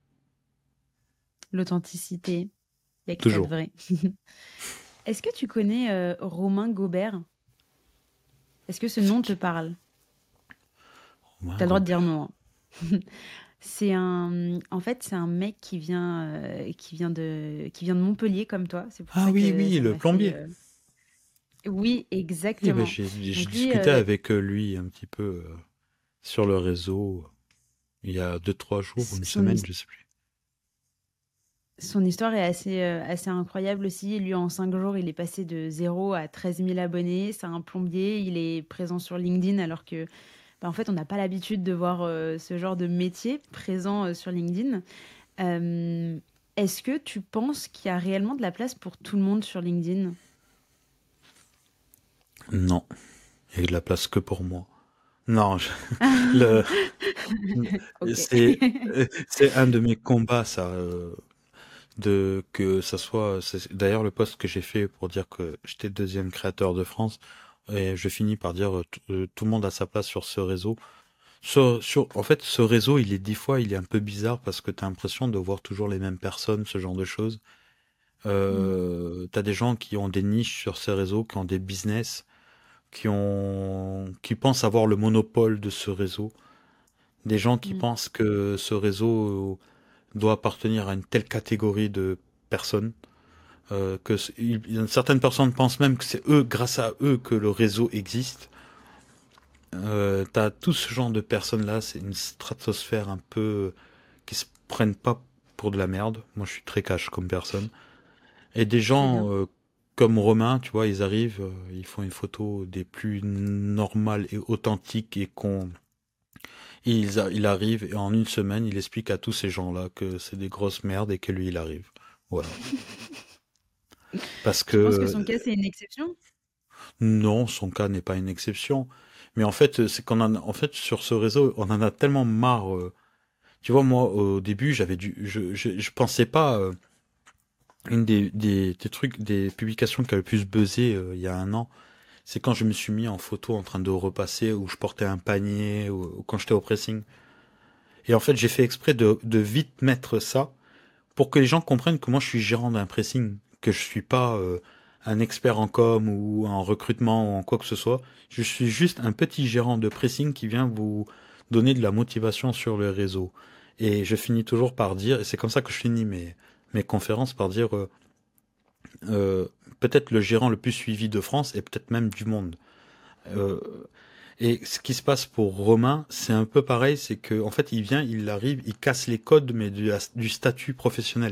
L'authenticité, il n'y a que ça de Toujours. vrai. Est-ce que tu connais euh, Romain Gobert? Est-ce que ce nom te parle? Ouais, T'as le droit de dire Gobert. non, hein. C'est un, en fait, c'est un mec qui vient, euh, qui vient de, qui vient de Montpellier comme toi. C'est pour Ah ça oui, que oui, ça le m'a fait. plombier. euh, Oui, Oui, ben exactement. j'ai j'ai Donc lui, discuté euh, avec euh, lui un petit peu euh, sur le réseau il y a deux, trois jours ou s- une son, semaine, his- je sais plus. son histoire est assez, euh, assez incroyable aussi. Lui, en cinq jours, il est passé de zéro à treize mille abonnés. C'est un plombier. Il est présent sur LinkedIn alors que, bah, en fait, on n'a pas l'habitude de voir euh, ce genre de métier présent euh, sur LinkedIn. Euh, Est-ce que tu penses qu'il y a réellement de la place pour tout le monde sur LinkedIn? Non, il y a de la place que pour moi. Non, je- le, Ok. c'est, c'est un de mes combats, ça, euh, de que ça soit. C'est d'ailleurs le post que j'ai fait pour dire que j'étais deuxième créateur de France, et je finis par dire euh, t- euh, tout le monde a sa place sur ce réseau. Sur, sur, en fait, ce réseau, il est des fois, il est un peu bizarre parce que t'as l'impression de voir toujours les mêmes personnes, ce genre de choses. Mm, Euh, t'as des gens qui ont des niches sur ces réseaux, qui ont des business, qui ont, qui pensent avoir le monopole de ce réseau. Des gens qui mm, pensent que ce réseau doit appartenir à une telle catégorie de personnes. Euh, que c- il- il- certaines personnes pensent même que c'est eux, grâce à eux, que le réseau existe. Euh, t'as tout ce genre de personnes-là, c'est une stratosphère un peu qui se prennent pas pour de la merde. Moi, je suis très cash comme personne. Et des c'est gens bien. euh, comme Romain, tu vois, ils arrivent, euh, ils font une photo des plus normales et authentiques et qu'on, il, il arrive et en une semaine, il explique à tous ces gens-là que c'est des grosses merdes et que lui, il arrive. Voilà. Parce que Tu penses que son euh, cas, c'est une exception? non, son cas n'est pas une exception. Mais en fait, c'est qu'on en, a- en fait, sur ce réseau, on en a tellement marre. euh, Tu vois, moi, au début, j'avais dû, je, je, je pensais pas. euh, une des, des, des trucs, des publications qui a le plus buzzé euh, il y a un an, c'est quand je me suis mis en photo en train de repasser, où je portais un panier, ou, ou quand j'étais au pressing. Et en fait, j'ai fait exprès de, de vite mettre ça pour que les gens comprennent que moi, je suis gérant d'un pressing, que je suis pas euh, un expert en com ou en recrutement ou en quoi que ce soit. Je suis juste un petit gérant de pressing qui vient vous donner de la motivation sur le réseau. Et je finis toujours par dire, et c'est comme ça que je finis mes, mes conférences, par dire euh, euh, peut-être le gérant le plus suivi de France et peut-être même du monde. Euh, et ce qui se passe pour Romain, c'est un peu pareil, c'est que en fait il vient, il arrive, il casse les codes mais du, du statut professionnel.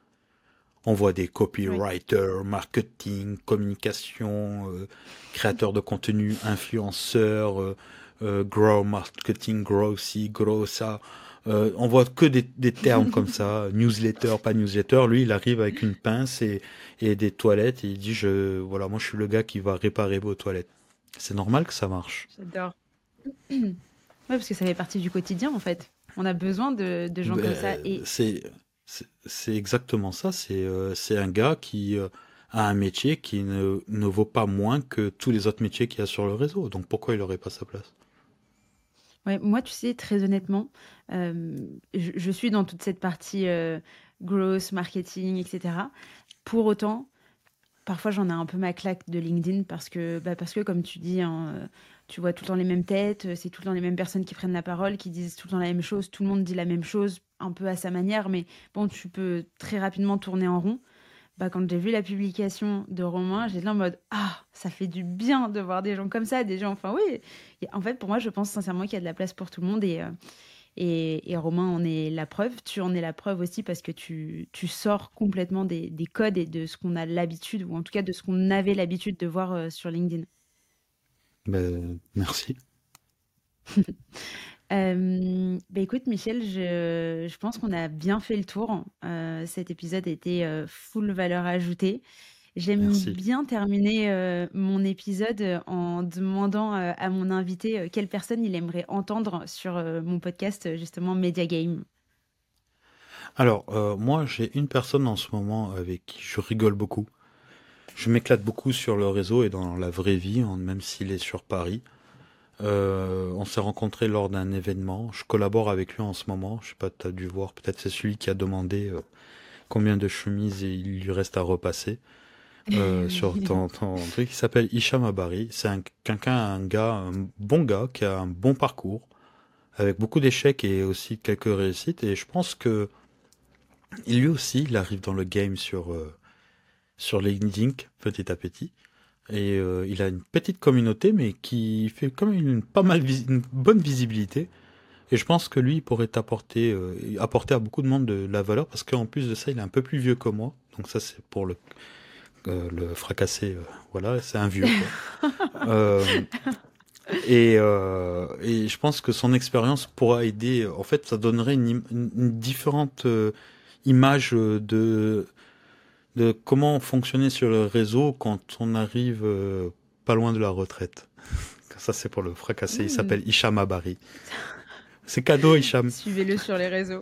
On voit des Oui. copywriters, marketing, communication, euh, créateurs de contenu, influenceurs, euh, euh, grow marketing, grow ci, grow ça. Euh, on voit que des, des termes comme ça, newsletter, pas newsletter. Lui, il arrive avec une pince et, et des toilettes et il dit, je, voilà, moi je suis le gars qui va réparer vos toilettes. C'est normal que ça marche. J'adore. Ouais, parce que ça fait partie du quotidien, en fait. On a besoin de, de gens comme ça. Ben, Et c'est c'est c'est exactement ça. C'est euh, c'est un gars qui euh, a un métier qui ne, ne vaut pas moins que tous les autres métiers qu'il y a sur le réseau. Donc pourquoi il aurait pas sa place? ouais, moi, tu sais, très honnêtement, euh, je, je suis dans toute cette partie euh, growth, marketing, et cetera. Pour autant, parfois, j'en ai un peu ma claque de LinkedIn parce que, bah, parce que comme tu dis, hein, euh, tu vois tout le temps les mêmes têtes, euh, c'est tout le temps les mêmes personnes qui prennent la parole, qui disent tout le temps la même chose, tout le monde dit la même chose, un peu à sa manière, mais bon, tu peux très rapidement tourner en rond. Bah, quand j'ai vu la publication de Romain, j'étais là en mode ah, ça fait du bien de voir des gens comme ça, des gens, enfin oui. Et en fait, pour moi, je pense sincèrement qu'il y a de la place pour tout le monde et, euh, et, et Romain en est la preuve. Tu en es la preuve aussi parce que tu, tu sors complètement des, des codes et de ce qu'on a l'habitude, ou en tout cas de ce qu'on avait l'habitude de voir euh, sur LinkedIn. Ben, merci. Euh, bah écoute, Michel, je, je pense qu'on a bien fait le tour. Euh, cet épisode était euh, full valeur ajoutée. J'aime Merci. bien terminer euh, mon épisode euh, en demandant euh, à mon invité euh, quelle personne il aimerait entendre sur euh, mon podcast, euh, justement Media Game. Alors, euh, moi, j'ai une personne en ce moment avec qui je rigole beaucoup. Je m'éclate beaucoup sur le réseau et dans la vraie vie, hein, même s'il est sur Paris. Euh, on s'est rencontrés lors d'un événement. Je collabore avec lui en ce moment. Je sais pas, tu as dû voir. Peut-être c'est celui qui a demandé euh, combien de chemises il lui reste à repasser euh, sur ton, ton truc. Il s'appelle Hicham Abari. C'est un, quelqu'un, un gars, un bon gars qui a un bon parcours avec beaucoup d'échecs et aussi quelques réussites. Et je pense que lui aussi, il arrive dans le game sur euh, sur LinkedIn petit à petit. Et euh, il a une petite communauté, mais qui fait quand même une, pas mal vis- une bonne visibilité. Et je pense que lui, il pourrait apporter, euh, apporter à beaucoup de monde de la valeur, parce qu'en plus de ça, il est un peu plus vieux que moi. Donc ça, c'est pour le, euh, le fracasser. Euh, voilà, c'est un vieux, quoi. Euh, et, euh, et je pense que son expérience pourra aider. En fait, ça donnerait une, im- une- une différente euh, image euh, de, de comment fonctionner sur le réseau quand on arrive euh, pas loin de la retraite. Ça, c'est pour le fracasser. Mmh. Il s'appelle Hicham Abari. C'est cadeau, Hicham. Suivez-le sur les réseaux.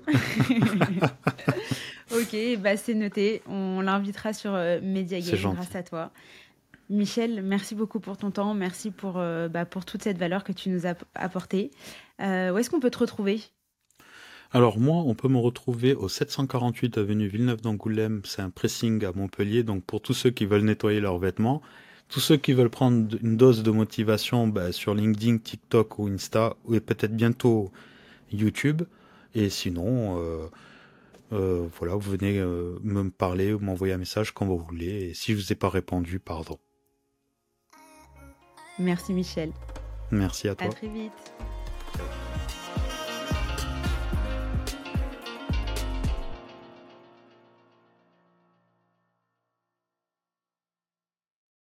Ok, bah c'est noté. On l'invitera sur euh, Media C'est Game gentil. grâce à toi. Michel, merci beaucoup pour ton temps. Merci pour, euh, bah, pour toute cette valeur que tu nous as apportée. Euh, où est-ce qu'on peut te retrouver ? Alors moi, on peut me retrouver au sept cent quarante-huit avenue Villeneuve d'Angoulême. C'est un pressing à Montpellier. Donc pour tous ceux qui veulent nettoyer leurs vêtements, tous ceux qui veulent prendre une dose de motivation bah, sur LinkedIn, TikTok ou Insta, ou peut-être bientôt YouTube. Et sinon, euh, euh, voilà, vous venez euh, me parler ou m'envoyer un message quand vous voulez. Et si je vous ai pas répondu, pardon. Merci Michel. Merci à toi. À très vite.